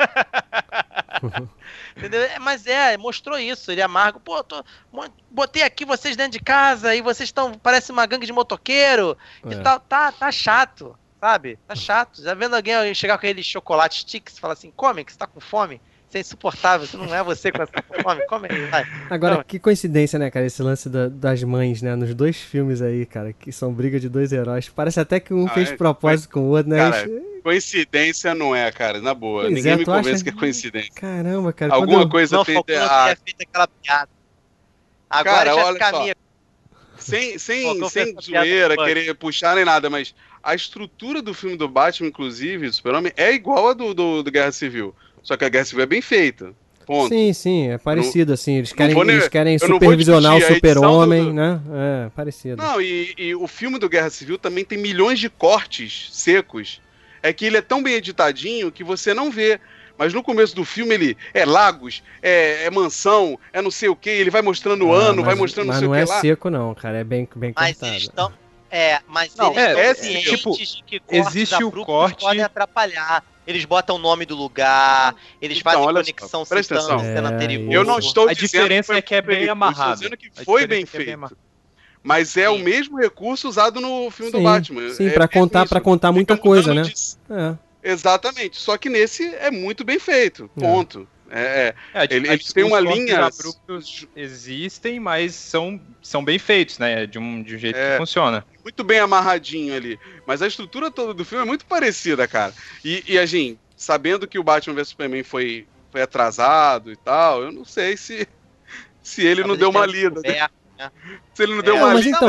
Entendeu? Mas mostrou isso, ele é amargo. Pô, botei aqui vocês dentro de casa e vocês parece uma gangue de motoqueiro e tal, tá chato, sabe? Tá chato. Já vendo alguém chegar com aquele chocolate sticks e falar assim, come, que você tá com fome? Isso é insuportável, isso não é você com essa fome, come aí, vai. Agora, que coincidência, né, cara, esse lance das mães, né, nos 2 filmes aí, cara, que são briga de 2 heróis. Parece até que um fez propósito com o outro, né? Cara, coincidência não é, cara, na boa. Pois ninguém me convence que é coincidência. Caramba, cara. Alguma coisa tem... feito aquela piada. Agora cara, já olha caminha. Sem zoeira, querer puxar nem nada, mas a estrutura do filme do Batman, inclusive, do Super-Homem, é igual a do Guerra Civil. Só que a Guerra Civil é bem feita. Ponto. Sim, é parecido, assim. Eles querem supervisionar o Super-Homem, né? É, parecido. Não, e o filme do Guerra Civil também tem milhões de cortes secos. É que ele é tão bem editadinho que você não vê. Mas no começo do filme ele é lagos, é mansão, é não sei o que, ele vai mostrando o ano, vai mostrando não sei o que lá. Mas não é seco não, cara, é bem mas cortado. Eles estão... mas eles estão cientes tipo, de que existe o corte... podem atrapalhar. Eles botam o nome do lugar, eles fazem conexão citando cena anterior. Eu não estou a diferença é que é bem amarrado. Estou dizendo que foi bem feito. Mas é o mesmo recurso usado no filme do Batman. Sim, pra contar muita coisa, né? Exatamente. Só que nesse é muito bem feito. Ponto. Eles têm uma linha. Os abruptos existem, mas são bem feitos, né? De um jeito que funciona. Muito bem amarradinho ali. Mas a estrutura toda do filme é muito parecida, cara. E a gente, sabendo que o Batman vs Superman foi atrasado e tal, eu não sei se ele não deu uma lida. Se ele não deu uma lida.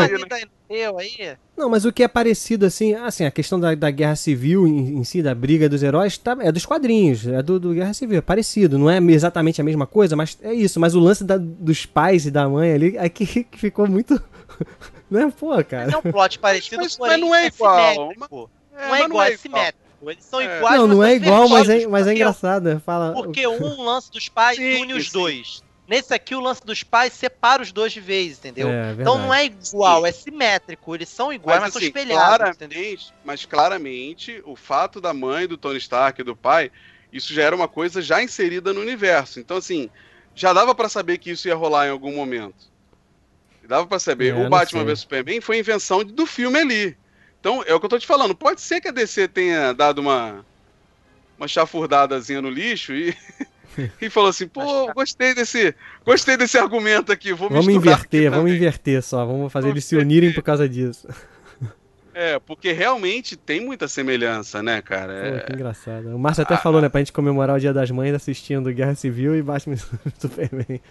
Não, mas o que é parecido, assim, a questão da Guerra Civil em si, da briga dos heróis, é dos quadrinhos, é do Guerra Civil, é parecido, não é exatamente a mesma coisa, mas é isso, mas o lance dos pais e da mãe ali, é que ficou muito... né, pô, cara. Mas é um plot parecido, mas não é igual. Não é igual, é simétrico. Eles são iguais, não é igual, mas é engraçado. Porque um lance dos pais une os dois. Nesse aqui, o lance dos pais separa os dois de vez, entendeu? Então não é igual, é simétrico. Eles são iguais, mas são espelhados, entendeu? Mas claramente, o fato da mãe do Tony Stark e do pai, isso já era uma coisa já inserida no universo. Então, assim, já dava pra saber que isso ia rolar em algum momento. Dava pra saber. O Batman vs Superman foi invenção do filme ali. Então, é o que eu tô te falando. Pode ser que a DC tenha dado uma chafurdadazinha no lixo e falou assim, pô, gostei desse argumento aqui, vamos inverter só, vamos fazer eles se unirem por causa disso. Porque realmente tem muita semelhança, né, cara? Pô, que engraçado. O Márcio até falou, né, pra gente comemorar o Dia das Mães assistindo Guerra Civil e Batman Superman.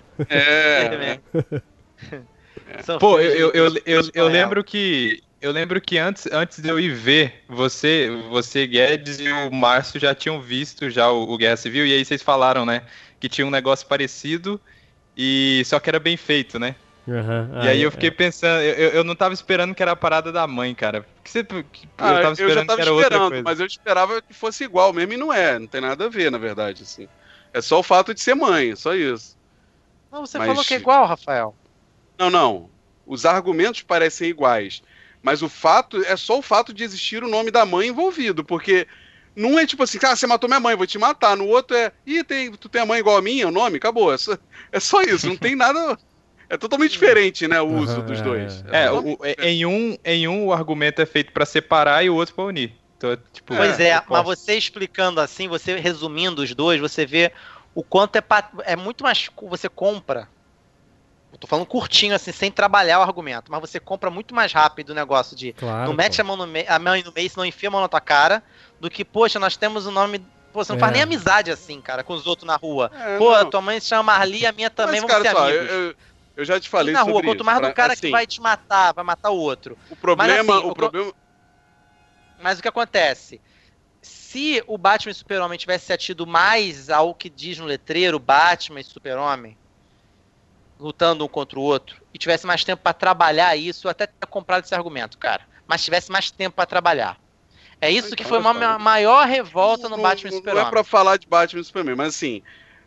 Pô, eu lembro que... Eu lembro que antes de eu ir ver, você, Guedes e o Márcio já tinham visto já o Guerra Civil, e aí vocês falaram, né, que tinha um negócio parecido, e só que era bem feito, né? E aí eu fiquei pensando, eu não tava esperando que era a parada da mãe, cara. Eu tava esperando que era outra coisa. Mas eu esperava que fosse igual mesmo, e não tem nada a ver, na verdade, assim. É só o fato de ser mãe, só isso. Não, você falou que é igual, Rafael. Não. Os argumentos parecem iguais. Mas é só o fato de existir o nome da mãe envolvido, porque não é tipo assim, você matou minha mãe, vou te matar. No outro tu tem a mãe igual a minha, o nome, acabou. É só isso, não tem nada... É totalmente diferente, né, o uso dos dois. Em um o argumento é feito pra separar e o outro pra unir. Então, tipo, mas você explicando assim, você resumindo os dois, você vê o quanto é muito mais... Você compra... Eu tô falando curtinho, assim, sem trabalhar o argumento. Mas você compra muito mais rápido o negócio de... não mete a mão no meio, senão enfia a mão na tua cara, do que, poxa, nós temos o nome... Pô, você não faz nem amizade assim, cara, com os outros na rua. Tua mãe se chama Marli, a minha também, vamos ser amigos. Eu já te falei na rua, sobre quanto mais do cara que vai te matar, vai matar o outro. O problema... Mas o que acontece? Se o Batman e Super-Homem tivesse atido mais ao que diz no letreiro, Batman e Super-Homem, lutando um contra o outro, e tivesse mais tempo pra trabalhar isso, eu até teria comprado esse argumento, cara. Mas tivesse mais tempo pra trabalhar. É isso que foi uma maior revolta no Batman e Super-Homem. Não é pra falar de Batman e Superman, mas assim,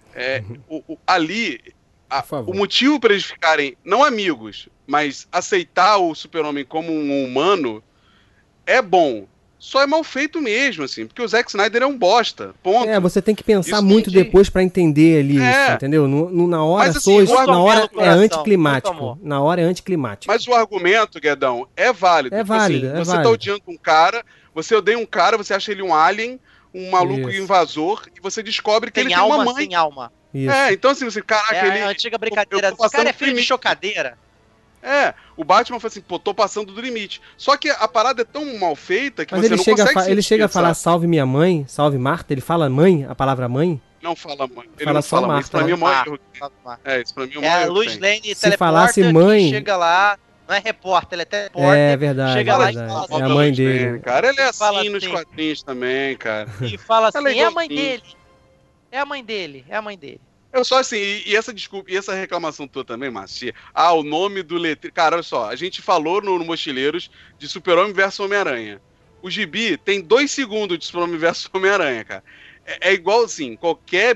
o motivo pra eles ficarem, não amigos, mas aceitar o Super-Homem como um humano, é bom. Só é mal feito mesmo, assim, porque o Zack Snyder é um bosta, ponto. Você tem que pensar isso muito depois pra entender ali isso, entendeu? Na hora, mas, assim, na hora é anticlimático. Na hora é anticlimático. Mas o argumento, Guedão, é válido. É válido, assim, você tá odiando um cara, você odeia um cara, você acha ele um alien, um maluco invasor, e você descobre que ele tem uma mãe. Tem alma. Isso. Então assim, você, caraca, ele... a antiga brincadeira, esse cara é filho de chocadeira. O Batman fala assim, pô, tô passando do limite. Só que a parada é tão mal feita que mas você não consegue ele chega a falar salve minha mãe, salve Marta, ele fala mãe, a palavra mãe? Não fala mãe. Ele fala não só fala Marta. Isso pra mim é mãe. Isso pra mim é mãe. A Luz Lane se falasse mãe, chega lá, não é repórter, ele é telepórter. É verdade. Chega lá e fala assim, é a mãe dele. Cara, ele é assim nos quadrinhos também, cara. E fala assim, é a mãe dele. É a mãe dele. Eu só assim, e essa desculpa, e essa reclamação tua também, Márcio. O nome do letreiro. Cara, olha só, a gente falou no Mochileiros de Super-Homem versus Homem-Aranha. O gibi tem 2 segundos de Super-Homem versus Homem-Aranha, cara. É igual assim, qualquer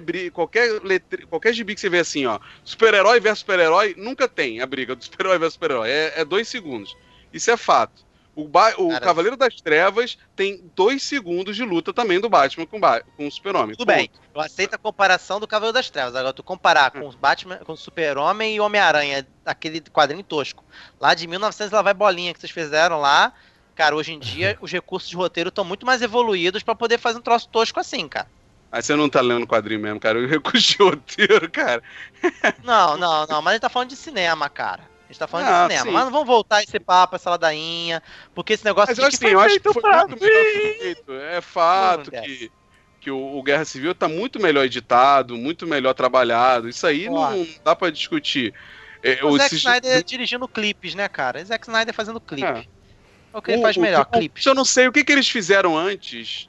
gibi que você vê assim, ó, super-herói versus super-herói, nunca tem a briga do super-herói versus super-herói. É 2 segundos. Isso é fato. O Cavaleiro das Trevas tem 2 segundos de luta também do Batman com o Super-Homem. Tudo bem, eu aceito a comparação do Cavaleiro das Trevas. Agora, tu comparar com o Batman, com o Super-Homem e o Homem-Aranha, aquele quadrinho tosco, lá de 1900 lá vai bolinha que vocês fizeram lá, cara, hoje em dia os recursos de roteiro estão muito mais evoluídos pra poder fazer um troço tosco assim, cara. Aí você não tá lendo o quadrinho mesmo, cara. O recurso de roteiro, cara. Não, mas a gente tá falando de cinema, cara. A gente tá falando de cinema. Sim. Mas não vamos voltar a esse papo, essa ladainha, porque esse negócio de que eu acho que foi muito melhor feito. É fato que o Guerra Civil tá muito melhor editado, muito melhor trabalhado. Isso aí não dá pra discutir. O Zack Snyder dirigindo clipes, né, cara? O Zack Snyder fazendo clipe. É o que ele faz melhor, clipes. Eu não sei o que eles fizeram antes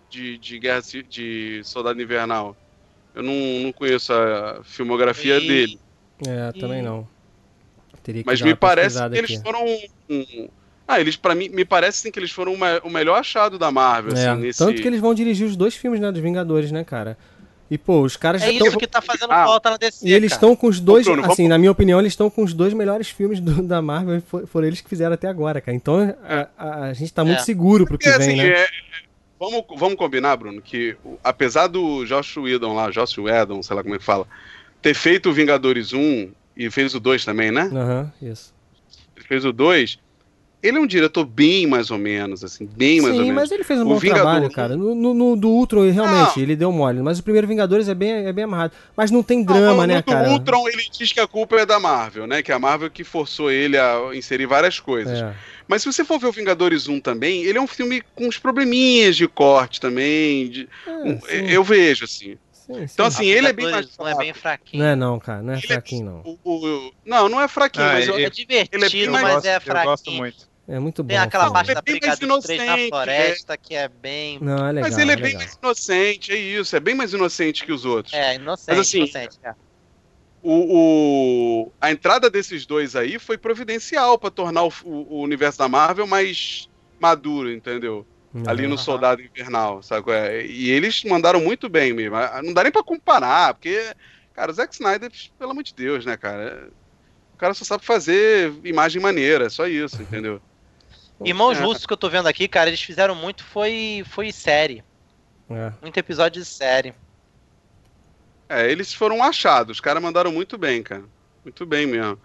de Soldado Invernal. Eu não conheço a filmografia dele. Também não. Mas me parece que eles foram eles, pra mim, me parece assim, que eles foram o melhor achado da Marvel. Assim, tanto que eles vão dirigir os 2 filmes, né, dos Vingadores, né, cara? E, pô, os caras já estão... que tá fazendo falta na DC, e eles estão com os 2, assim, na minha opinião, eles estão com os 2 melhores filmes da Marvel, foram eles que fizeram até agora, cara. Então, a gente tá muito seguro pro que vem, né? Vamos combinar, Bruno, que apesar do Joss Whedon, sei lá como é que fala, ter feito o Vingadores 1 e fez o 2 também, né? Isso. Ele fez o 2. Ele é um diretor bem mais ou menos, assim, bem mais ou menos. Sim, mas ele fez um bom trabalho, cara. Do Ultron, realmente, ele deu mole. Mas o primeiro Vingadores é bem amarrado. Mas não tem drama, né, cara? O Ultron, ele diz que a culpa é da Marvel, né? Que é a Marvel que forçou ele a inserir várias coisas. Mas se você for ver o Vingadores 1 também, ele é um filme com uns probleminhas de corte também. Eu vejo, assim. Então, assim, ele é bem mais fraco. Não é bem fraquinho. Não é não, cara. Não é fraquinho, não. Não é fraquinho, mas é divertido, mas é fraquinho. Eu gosto muito. É muito bom. Tem aquela parte da briga dos 3 na floresta que é bem... Não, é legal. Mas ele é bem mais inocente, é isso. É bem mais inocente que os outros. Inocente, mas, assim, inocente, cara. A entrada desses 2 aí foi providencial pra tornar o universo da Marvel mais maduro, entendeu? Ali no Soldado Invernal, sabe? E eles mandaram muito bem mesmo. Não dá nem pra comparar, porque, cara, o Zack Snyder, pelo amor de Deus, né, cara? O cara só sabe fazer imagem maneira, só isso, entendeu? Irmãos Russos que eu tô vendo aqui, cara, eles fizeram muito, foi série. Muito episódio de série. Eles foram achados, os caras mandaram muito bem, cara. Muito bem mesmo.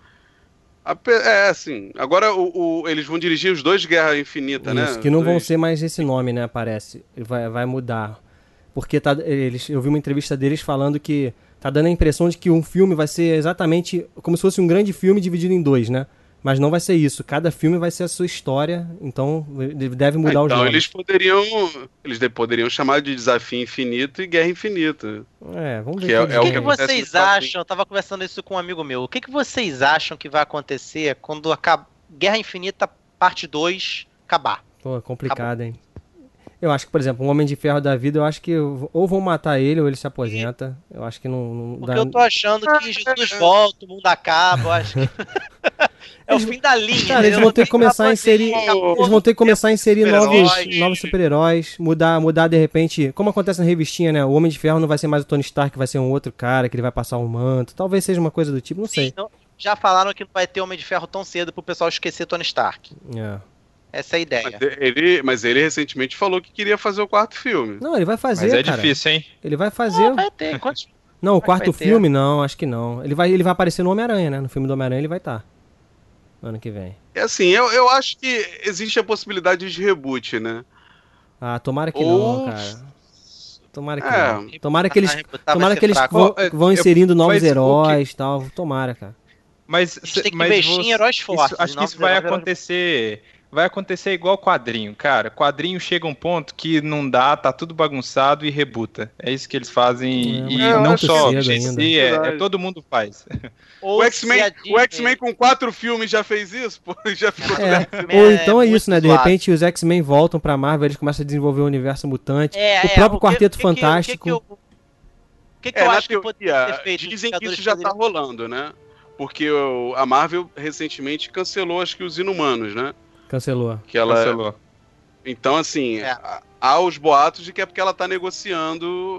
Assim, agora eles vão dirigir os 2 de Guerra Infinita, né? Isso, que não vão ser mais esse nome, né, parece. Vai mudar. Porque eu vi uma entrevista deles falando que tá dando a impressão de que um filme vai ser exatamente como se fosse um grande filme dividido em 2, né? Mas não vai ser isso. Cada filme vai ser a sua história, então deve mudar os nomes. Então eles poderiam chamar de Desafio Infinito e Guerra Infinita. Vamos ver. O que vocês acham? Eu tava conversando isso com um amigo meu. O que vocês acham que vai acontecer quando Guerra Infinita parte 2 acabar? Pô, complicado, hein? Eu acho que, por exemplo, um Homem de Ferro da vida, eu acho que ou vão matar ele ou ele se aposenta. Eu acho que não dá... Porque eu tô achando que Jesus volta, o mundo acaba, eu acho que... É o fim da linha. Cara, eles vão ter que começar a inserir... Eles vão ter que começar a inserir novos super-heróis, mudar de repente... Como acontece na revistinha, né? O Homem de Ferro não vai ser mais o Tony Stark, vai ser um outro cara, que ele vai passar um manto. Talvez seja uma coisa do tipo, não sei. Não, já falaram que não vai ter Homem de Ferro tão cedo pro pessoal esquecer Tony Stark. Essa é a ideia. Mas ele recentemente falou que queria fazer o 4º filme. Não, ele vai fazer, mas cara. Difícil, hein? Ele vai fazer... Vai ter. Quantos... Não, o 4º filme, não, acho que não. Ele vai aparecer no Homem-Aranha, né? No filme do Homem-Aranha ele vai estar. Ano que vem. Assim, eu acho que existe a possibilidade de reboot, né? Tomara que não, cara. Tomara que não. Tomara que eles vão inserindo novos heróis e tal. Tomara, cara. Mas a gente tem que investir em heróis fortes. Acho que isso vai acontecer... Vai acontecer igual quadrinho, cara. Quadrinho chega um ponto que não dá, tá tudo bagunçado e rebuta. É isso que eles fazem. E não só todo mundo faz. O X-Men com 4 filmes já fez isso? Pô, já ficou Ou então é isso, né? De repente os X-Men voltam pra Marvel, eles começam a desenvolver o universo mutante. O próprio Quarteto Fantástico. O que eu acho que poderia ter feito? Dizem que isso já tá rolando, né? Porque a Marvel recentemente cancelou, acho que os Inumanos, né? Cancelou. Então, assim, há os boatos de que é porque ela tá negociando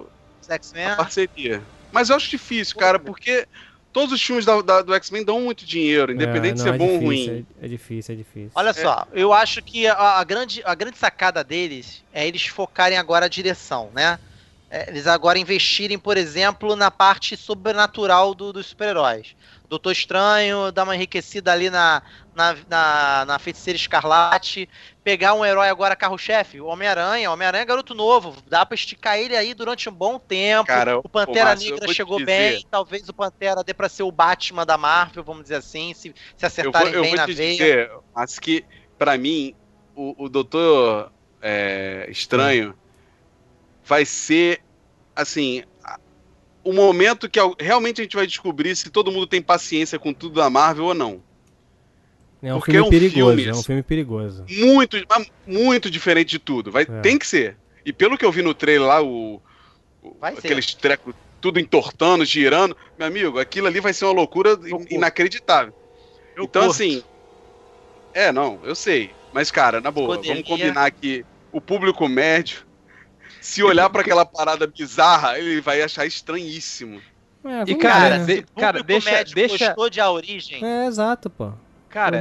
Os X-Men. A parceria. Mas eu acho difícil, cara, porque todos os filmes do X-Men dão muito dinheiro, independente de ser bom ou ruim. É difícil. Olha só, eu acho que a grande sacada deles é eles focarem agora a direção, né? Eles agora investirem, por exemplo, na parte sobrenatural dos super-heróis. Doutor Estranho, dar uma enriquecida ali na Feiticeira Escarlate, pegar um herói agora carro-chefe, o Homem-Aranha é garoto novo, dá pra esticar ele aí durante um bom tempo. Cara, o Pantera Negra chegou bem, talvez o Pantera dê pra ser o Batman da Marvel, vamos dizer assim, se acertarem bem na veia. Dizer, mas que, pra mim, o Doutor Estranho vai ser, assim, o momento que realmente a gente vai descobrir se todo mundo tem paciência com tudo da Marvel ou não. É um filme perigoso, é um filme perigoso. Muito diferente de tudo. Tem que ser. E pelo que eu vi no trailer lá, aqueles trecos tudo entortando, girando, meu amigo, aquilo ali vai ser uma loucura inacreditável. Então, assim... não, eu sei. Mas, cara, na boa, vamos combinar que o público médio, se olhar pra aquela parada bizarra, ele vai achar estranhíssimo. E, cara, deixa... gostou de A Origem? Exato, pô. Cara,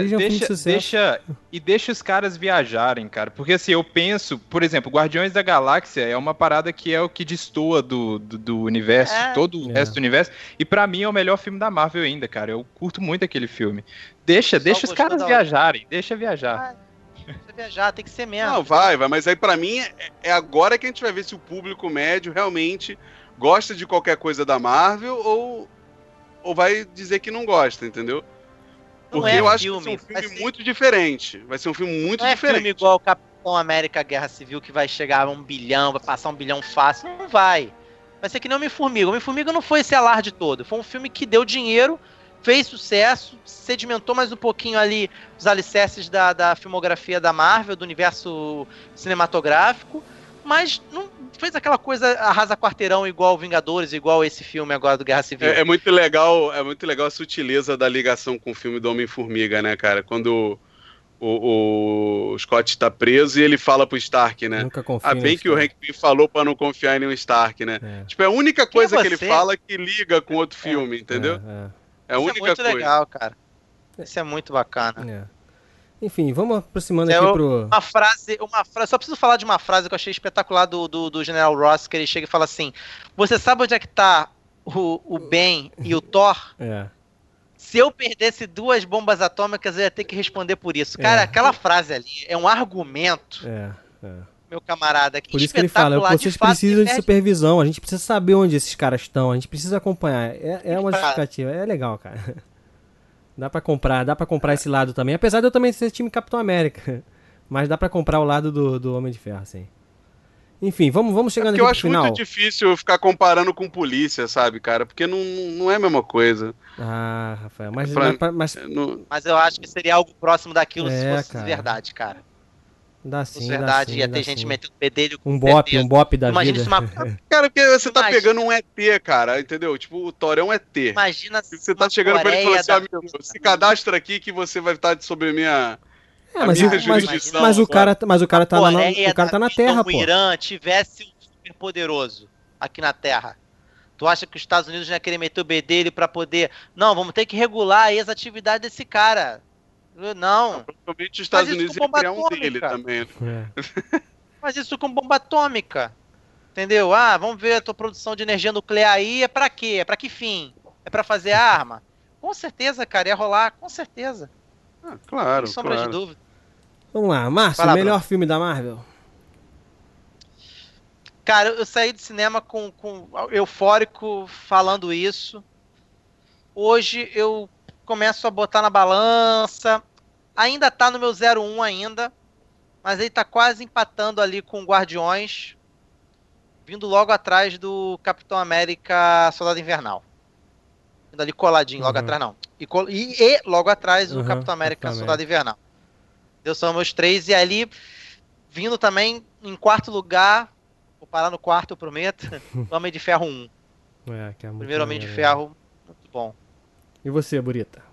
deixa os caras viajarem, cara. Porque assim, eu penso, por exemplo, Guardiões da Galáxia é uma parada que é o que destoa do universo, todo o resto do universo. E pra mim é o melhor filme da Marvel ainda, cara. Eu curto muito aquele filme. Deixa os caras viajarem, deixa viajar. Deixa viajar, tem que ser mesmo. Não, vai, mas aí pra mim é agora que a gente vai ver se o público médio realmente gosta de qualquer coisa da Marvel ou vai dizer que não gosta, entendeu? Porque eu acho que vai ser um filme muito diferente. Vai ser um filme muito diferente. Não é filme igual o Capitão América Guerra Civil, que vai chegar a 1 bilhão, vai passar 1 bilhão fácil. Não vai. Vai ser que nem Homem-Formiga. Homem-Formiga não foi esse alarde todo. Foi um filme que deu dinheiro, fez sucesso, sedimentou mais um pouquinho ali os alicerces da filmografia da Marvel, do universo cinematográfico, mas não fez aquela coisa arrasa quarteirão igual Vingadores, igual esse filme agora do Guerra Civil. É muito legal a sutileza da ligação com o filme do Homem-Formiga, né, cara? Quando o Scott tá preso e ele fala pro Stark, né? Nunca confia bem que o Hank Pym falou pra não confiar em nenhum Stark, né? Tipo, é a única coisa que ele fala que liga com outro filme, entendeu? É a única coisa. Isso é muito legal, cara. Isso é muito bacana. Enfim, vamos aproximando aqui pro... Uma frase, só preciso falar de uma frase que eu achei espetacular do General Ross, que ele chega e fala assim: você sabe onde é que tá o Ben e o Thor? Se eu perdesse 2 bombas atômicas, eu ia ter que responder por isso. Cara, aquela frase ali é um argumento, meu camarada. Que por isso que ele fala, vocês precisam de supervisão, a gente precisa saber onde esses caras estão, a gente precisa acompanhar. É uma justificativa, é legal, cara. Dá pra comprar esse lado também. Apesar de eu também ser time Capitão América. Mas dá pra comprar o lado do Homem de Ferro, sim. Enfim, vamos chegando aqui pro final. Eu acho muito difícil ficar comparando com polícia, sabe, cara? Porque não é a mesma coisa. Ah, Rafael, mas eu acho que seria algo próximo daquilo se fosse verdade, cara. Dá sim, verdade, ia ter gente metendo bedelho com um bop da Imagina vida. Cara, porque você tá pegando um ET, cara, entendeu? Tipo, o Thor é um ET. Imagina se você tá chegando pra ele e falando assim, amigo, se cadastra aqui que você vai estar sobre minha... Mas o cara tá na Terra, pô. Se o Irã tivesse um super poderoso aqui na Terra, tu acha que os Estados Unidos não ia querer meter o bedelho pra poder... Não, vamos ter que regular aí as atividades desse cara. Não. Provavelmente os Estados Unidos iam criar um dele também. Mas isso com bomba atômica. Entendeu? Vamos ver a tua produção de energia nuclear aí. É pra quê? É pra que fim? É pra fazer arma? Com certeza, cara. Ia rolar, com certeza. Claro, sem sombra de dúvida. Vamos lá, Márcio, melhor filme da Marvel? Cara, eu saí do cinema com eufórico falando isso. Hoje eu começo a botar na balança. Ainda tá no meu 0-1 ainda. Mas ele tá quase empatando ali com Guardiões. Vindo logo atrás do Capitão América Soldado Invernal. Vindo ali coladinho, logo atrás não. E logo atrás o Capitão América Soldado Invernal. São meus 3. E ali, vindo também em 4º lugar, vou parar no 4º, eu prometo, Homem de Ferro 1. Primeiro Homem de Ferro, muito bom. E você, Burita?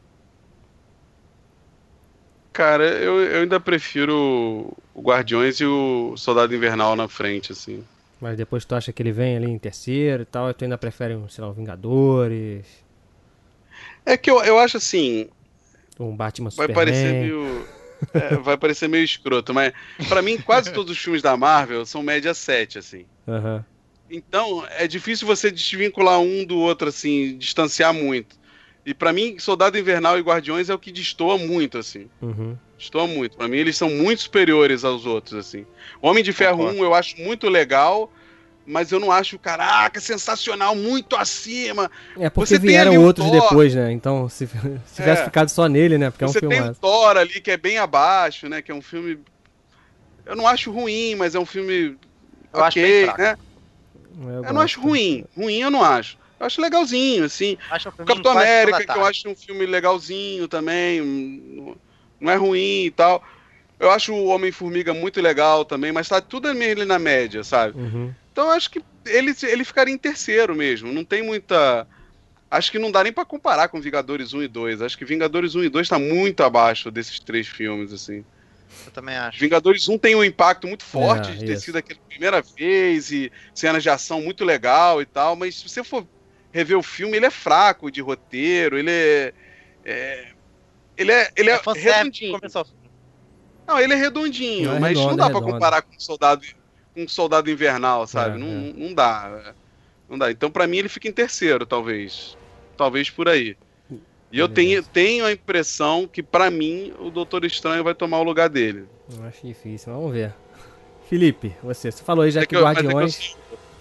Cara, eu ainda prefiro o Guardiões e o Soldado Invernal na frente, assim. Mas depois tu acha que ele vem ali em terceiro e tal, e tu ainda prefere, sei lá, o Vingadores... É que eu acho assim... Um Batman Vai Superman... parecer meio... vai parecer meio escroto, mas pra mim quase todos os filmes da Marvel são média 7, assim. Uhum. Então é difícil você desvincular um do outro, assim, distanciar muito. E pra mim, Soldado Invernal e Guardiões é o que destoa muito, assim. Uhum. Destoa muito. Pra mim eles são muito superiores aos outros, assim. Homem de Ferro 1 eu acho muito legal, mas eu não acho, caraca, sensacional, muito acima. É porque você vieram outros Thor, depois, né? Então, se tivesse ficado só nele, né? Porque você é um filme. Tem o Thor ali, que é bem abaixo, né? Que é um filme... Eu não acho ruim, mas é um filme... Eu acho bem fraco. né? Eu não acho ruim. Ruim eu não acho. Eu acho legalzinho, assim. O Capitão América, que eu acho um filme legalzinho também. Não é ruim e tal. Eu acho o Homem-Formiga muito legal também, mas tá tudo ali na média, sabe? Uhum. Então eu acho que ele ficaria em terceiro mesmo. Não tem muita... Acho que não dá nem pra comparar com Vingadores 1 e 2. Acho que Vingadores 1 e 2 tá muito abaixo desses 3 filmes, assim. Eu também acho. Vingadores 1 tem um impacto muito forte de ter isso. sido aquela primeira vez e cenas de ação muito legal e tal, mas se você for rever o filme, ele é fraco de roteiro, ele é redondinho. Não, ele é redondinho, mas não dá pra comparar com um Soldado Invernal, sabe? Não dá. Não dá. Então, pra mim, ele fica em terceiro, talvez. Talvez por aí. E eu tenho a impressão que, pra mim, o Doutor Estranho vai tomar o lugar dele. Eu acho difícil, vamos ver. Felipe, você falou aí já que Guardiões...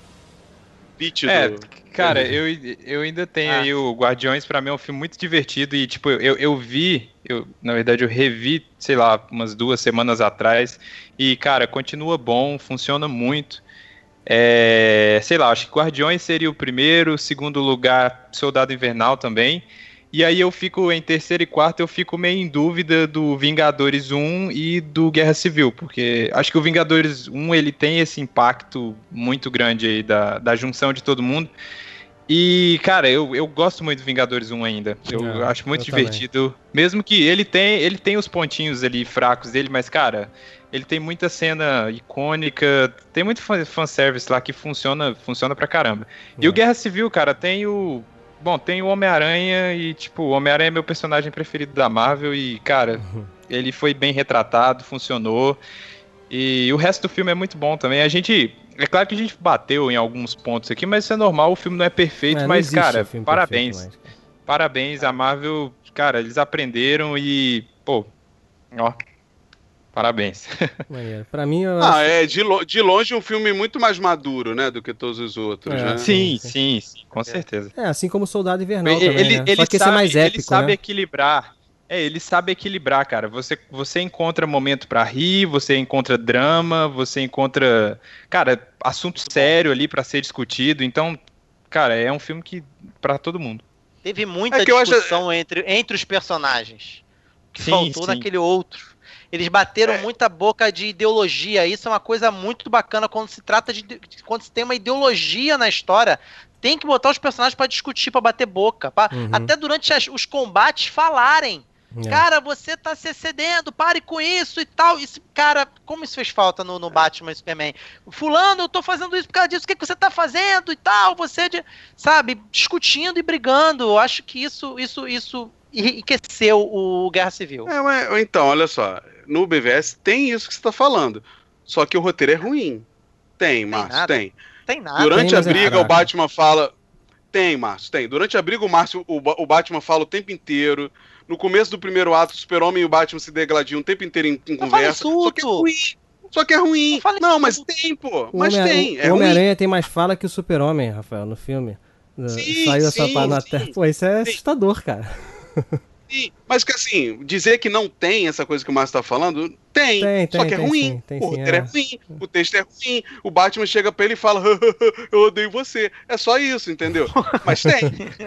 Cara, eu ainda tenho aí o Guardiões, pra mim é um filme muito divertido e, tipo, na verdade eu revi, sei lá, umas 2 semanas atrás e, cara, continua bom, funciona muito. Sei lá, acho que Guardiões seria o primeiro, segundo lugar, Soldado Invernal também. E aí eu fico em terceiro e quarto, eu fico meio em dúvida do Vingadores 1 e do Guerra Civil, porque acho que o Vingadores 1 ele tem esse impacto muito grande aí da junção de todo mundo. E, cara, eu gosto muito do Vingadores 1 ainda. Eu acho muito divertido. Também. Mesmo que ele tem os pontinhos ali fracos dele, mas, cara, ele tem muita cena icônica, tem muito fanservice lá que funciona pra caramba. E o Guerra Civil, cara, tem o Homem-Aranha e, tipo, o Homem-Aranha é meu personagem preferido da Marvel e, cara, ele foi bem retratado, funcionou. E o resto do filme é muito bom também. É claro que a gente bateu em alguns pontos aqui, mas isso é normal, o filme não é perfeito, mas, cara, parabéns. Perfeito, mas... Parabéns, a Marvel, cara, eles aprenderam e, pô, ó, parabéns. Pra mim, de longe um filme muito mais maduro, né, do que todos os outros, né? Sim, com certeza. Assim como Soldado Invernal também, né? Só que esse é mais épico, ele sabe né? equilibrar. Ele sabe equilibrar, cara. Você encontra momento pra rir, você encontra drama, você encontra, cara, assunto sério ali pra ser discutido. Então, cara, é um filme que pra todo mundo. Teve muita discussão entre os personagens. Que faltou naquele outro. Eles bateram muita boca de ideologia. Isso é uma coisa muito bacana quando se trata quando se tem uma ideologia na história. Tem que botar os personagens pra discutir, pra bater boca, até durante os combates falarem. Cara, você tá se excedendo, pare com isso e tal. Isso, cara, como isso fez falta no Batman e Superman? Fulano, eu tô fazendo isso por causa disso, o que você tá fazendo e tal? Sabe, discutindo e brigando. Eu acho que isso enriqueceu o Guerra Civil. Então, olha só, no BVS tem isso que você tá falando, só que o roteiro é ruim. Tem, Márcio, tem. Tem nada. Durante a briga, o Batman fala... Tem, Márcio, tem. Durante a briga, o Batman fala o tempo inteiro. No começo do primeiro ato, o Super-Homem e o Batman se degladiam o tempo inteiro em conversa. Só que é ruim. Não, mas tem, pô. Mas tem. O Homem-Aranha tem mais fala que o Super-Homem, Rafael, no filme. Saiu essa parada na Terra. Pô, isso é assustador, cara. Sim, mas que assim, dizer que não tem essa coisa que o Márcio tá falando, tem só que é ruim. O roteiro é ruim, o texto é ruim, o Batman chega pra ele e fala, eu odeio você. É só isso, entendeu? Mas tem.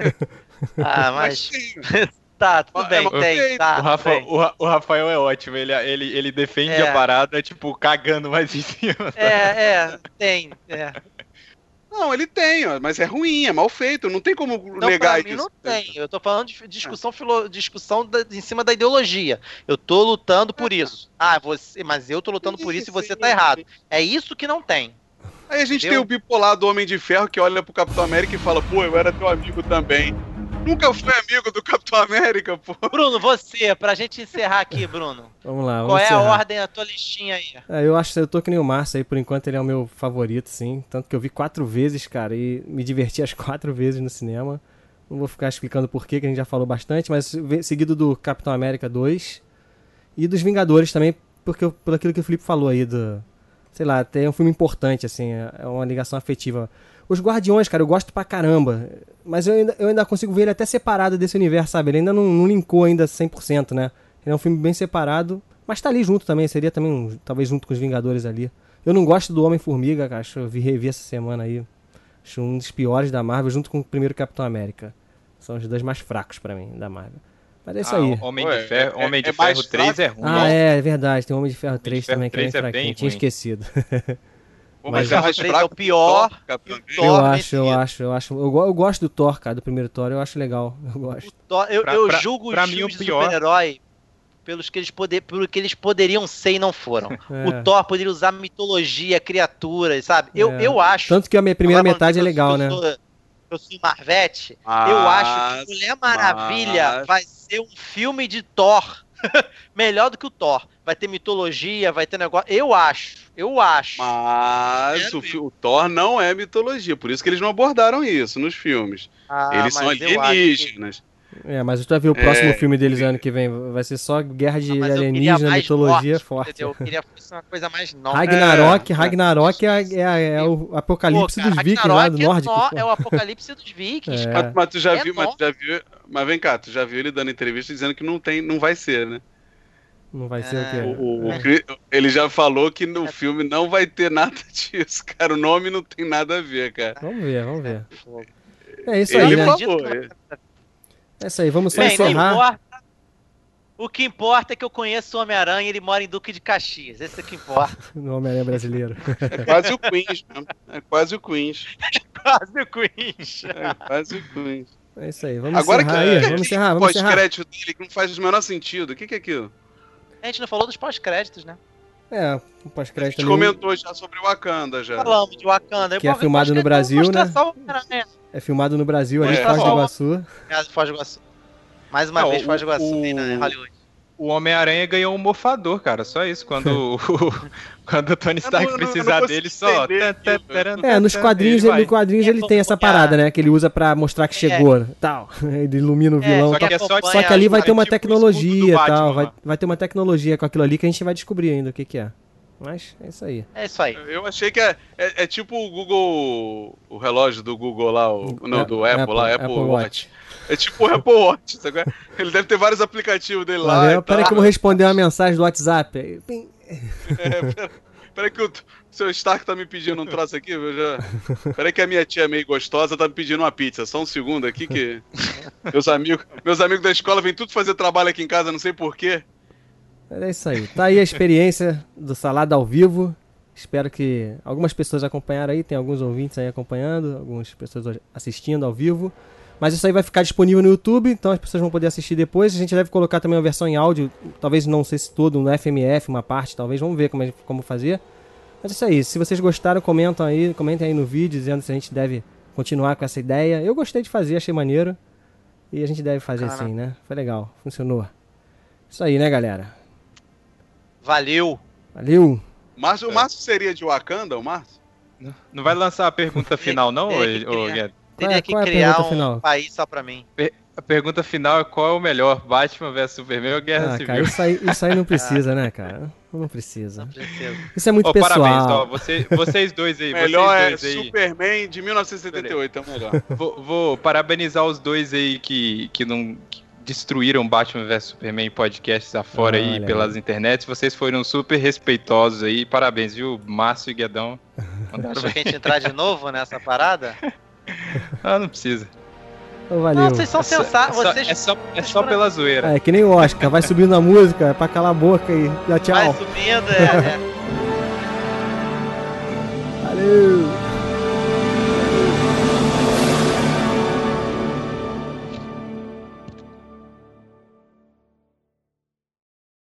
Mas tem. Tá, tudo bem, tem. O Rafael é ótimo, ele defende a parada, tipo, cagando mais em cima. Tem. Não, ele tem, mas é ruim, é mal feito, não tem como negar isso. Não tem, eu tô falando de discussão em cima da ideologia. Eu tô lutando por isso. Mas eu tô lutando por isso e você tá errado. É isso que não tem. Aí a gente tem o bipolar do Homem de Ferro que olha pro Capitão América e fala, pô, eu era teu amigo também. Nunca foi amigo do Capitão América, pô. Bruno, você, pra gente encerrar aqui, Bruno. Vamos lá, Qual é a ordem da tua listinha aí? Eu tô que nem o Márcio aí, por enquanto ele é o meu favorito, sim. Tanto que eu vi 4 vezes, cara, e me diverti as 4 vezes no cinema. Não vou ficar explicando por quê, que a gente já falou bastante, mas seguido do Capitão América 2 e dos Vingadores também, por aquilo que o Felipe falou aí, sei lá, até é um filme importante, assim, é uma ligação afetiva. Os Guardiões, cara, eu gosto pra caramba, mas eu ainda consigo ver ele até separado desse universo, sabe? Ele ainda não linkou ainda 100%, né? Ele é um filme bem separado, mas tá ali junto também, seria também, talvez junto com os Vingadores ali. Eu não gosto do Homem-Formiga, cara, eu revi essa semana aí, acho um dos piores da Marvel, junto com o primeiro Capitão América. São os 2 mais fracos pra mim, da Marvel. Mas é isso aí. Homem de Ferro 3 é ruim. É verdade, tem Homem de Ferro 3 também, que é bem fraquinho, tinha esquecido. Mas é mais fraco, é o pior. Eu acho. Eu gosto do Thor, cara, do primeiro Thor, eu acho legal. Eu gosto. Eu julgo os filmes de super-herói pelo que eles poderiam ser e não foram. O Thor poderia usar mitologia, criaturas, sabe? Eu acho. Tanto que a minha primeira metade é legal, né? Eu sou Marvete, eu acho que Mulher Maravilha vai ser um filme de Thor melhor do que o Thor. Vai ter mitologia, vai ter negócio. Eu acho. Mas o Thor não é mitologia, por isso que eles não abordaram isso nos filmes. Eles são alienígenas. Mas tu vai ver o próximo filme deles ano que vem, vai ser só guerra de alienígena, mitologia forte. Eu queria fazer uma coisa mais nova. Ragnarok é o apocalipse dos vikings lá do nórdico. É o apocalipse dos vikings. Mas tu já viu, mas vem cá, tu já viu ele dando entrevista dizendo que não vai ser, né? Não vai ser o quê? Ele já falou que no filme não vai ter nada disso, cara. O nome não tem nada a ver, cara. Vamos ver. É isso aí, né? É isso aí, vamos só encerrar. O que importa é que eu conheço o Homem-Aranha e ele mora em Duque de Caxias. Esse é o que importa. No Homem-Aranha brasileiro. É quase o Queens, né? É quase o Queens. É isso aí, vamos encerrar aí. Vamos encerrar. Pós-crédito dele que não faz o menor sentido. O que é aquilo? A gente não falou dos pós-créditos, né? O pós-crédito ali. A gente comentou já sobre o Wakanda, já. Falamos de Wakanda. Que é filmado no Brasil, né? É filmado no Brasil, ali em Foz do Iguaçu. Mais uma vez, Foz do Iguaçu, em Hollywood. O Homem-Aranha ganhou um mofador, cara, só isso. Quando o Tony Stark precisar dele, só... nos quadrinhos ele tem essa parada, né? Que ele usa pra mostrar que chegou, tal. Ele ilumina o vilão. Só que ali vai ter uma tecnologia e tal. Vai ter uma tecnologia com aquilo ali que a gente vai descobrir ainda o que é. Mas é isso aí. Eu achei que é tipo o Google, o relógio do Google lá, do Apple lá, Apple Watch. É tipo o Apple Watch, sabe? Ele deve ter vários aplicativos dele lá. Peraí que eu vou responder uma mensagem do WhatsApp. Peraí que o seu Stark tá me pedindo um troço aqui. Peraí que a minha tia meio gostosa tá me pedindo uma pizza. Só um segundo aqui que meus amigos da escola vêm tudo fazer trabalho aqui em casa, não sei porquê. É isso aí. Tá aí a experiência do Salada ao Vivo. Espero que algumas pessoas acompanharam aí. Tem alguns ouvintes aí acompanhando, algumas pessoas assistindo ao vivo. Mas isso aí vai ficar disponível no YouTube, então as pessoas vão poder assistir depois. A gente deve colocar também uma versão em áudio, talvez não sei se todo, no FMF, uma parte, talvez. Vamos ver como fazer. Mas é isso aí. Se vocês gostaram, comentem aí no vídeo, dizendo se a gente deve continuar com essa ideia. Eu gostei de fazer, achei maneiro. E a gente deve fazer assim, né? Foi legal, funcionou. Isso aí, né, galera? Valeu! O Márcio seria de Wakanda, o Márcio? Não vai lançar a pergunta final, não, Guedes? Teria que criar um país só pra mim. A pergunta final é qual é o melhor, Batman vs Superman ou Guerra Civil? Cara, isso aí não precisa, né, cara? Não precisa. Isso é muito pessoal. Parabéns, vocês dois aí. Melhor é Superman de 1978, é o melhor. Vou parabenizar os dois aí que não destruíram Batman vs Superman podcasts afora aí pelas internets. Vocês foram super respeitosos aí. Parabéns, viu, Márcio e Guedão. Acha que a gente entrar de novo nessa parada? Não precisa. Valeu. Não, vocês são sensatos. É só pela zoeira. É que nem o Oscar, vai subindo a música, é pra calar a boca e já tchau. Vai subindo, Valeu.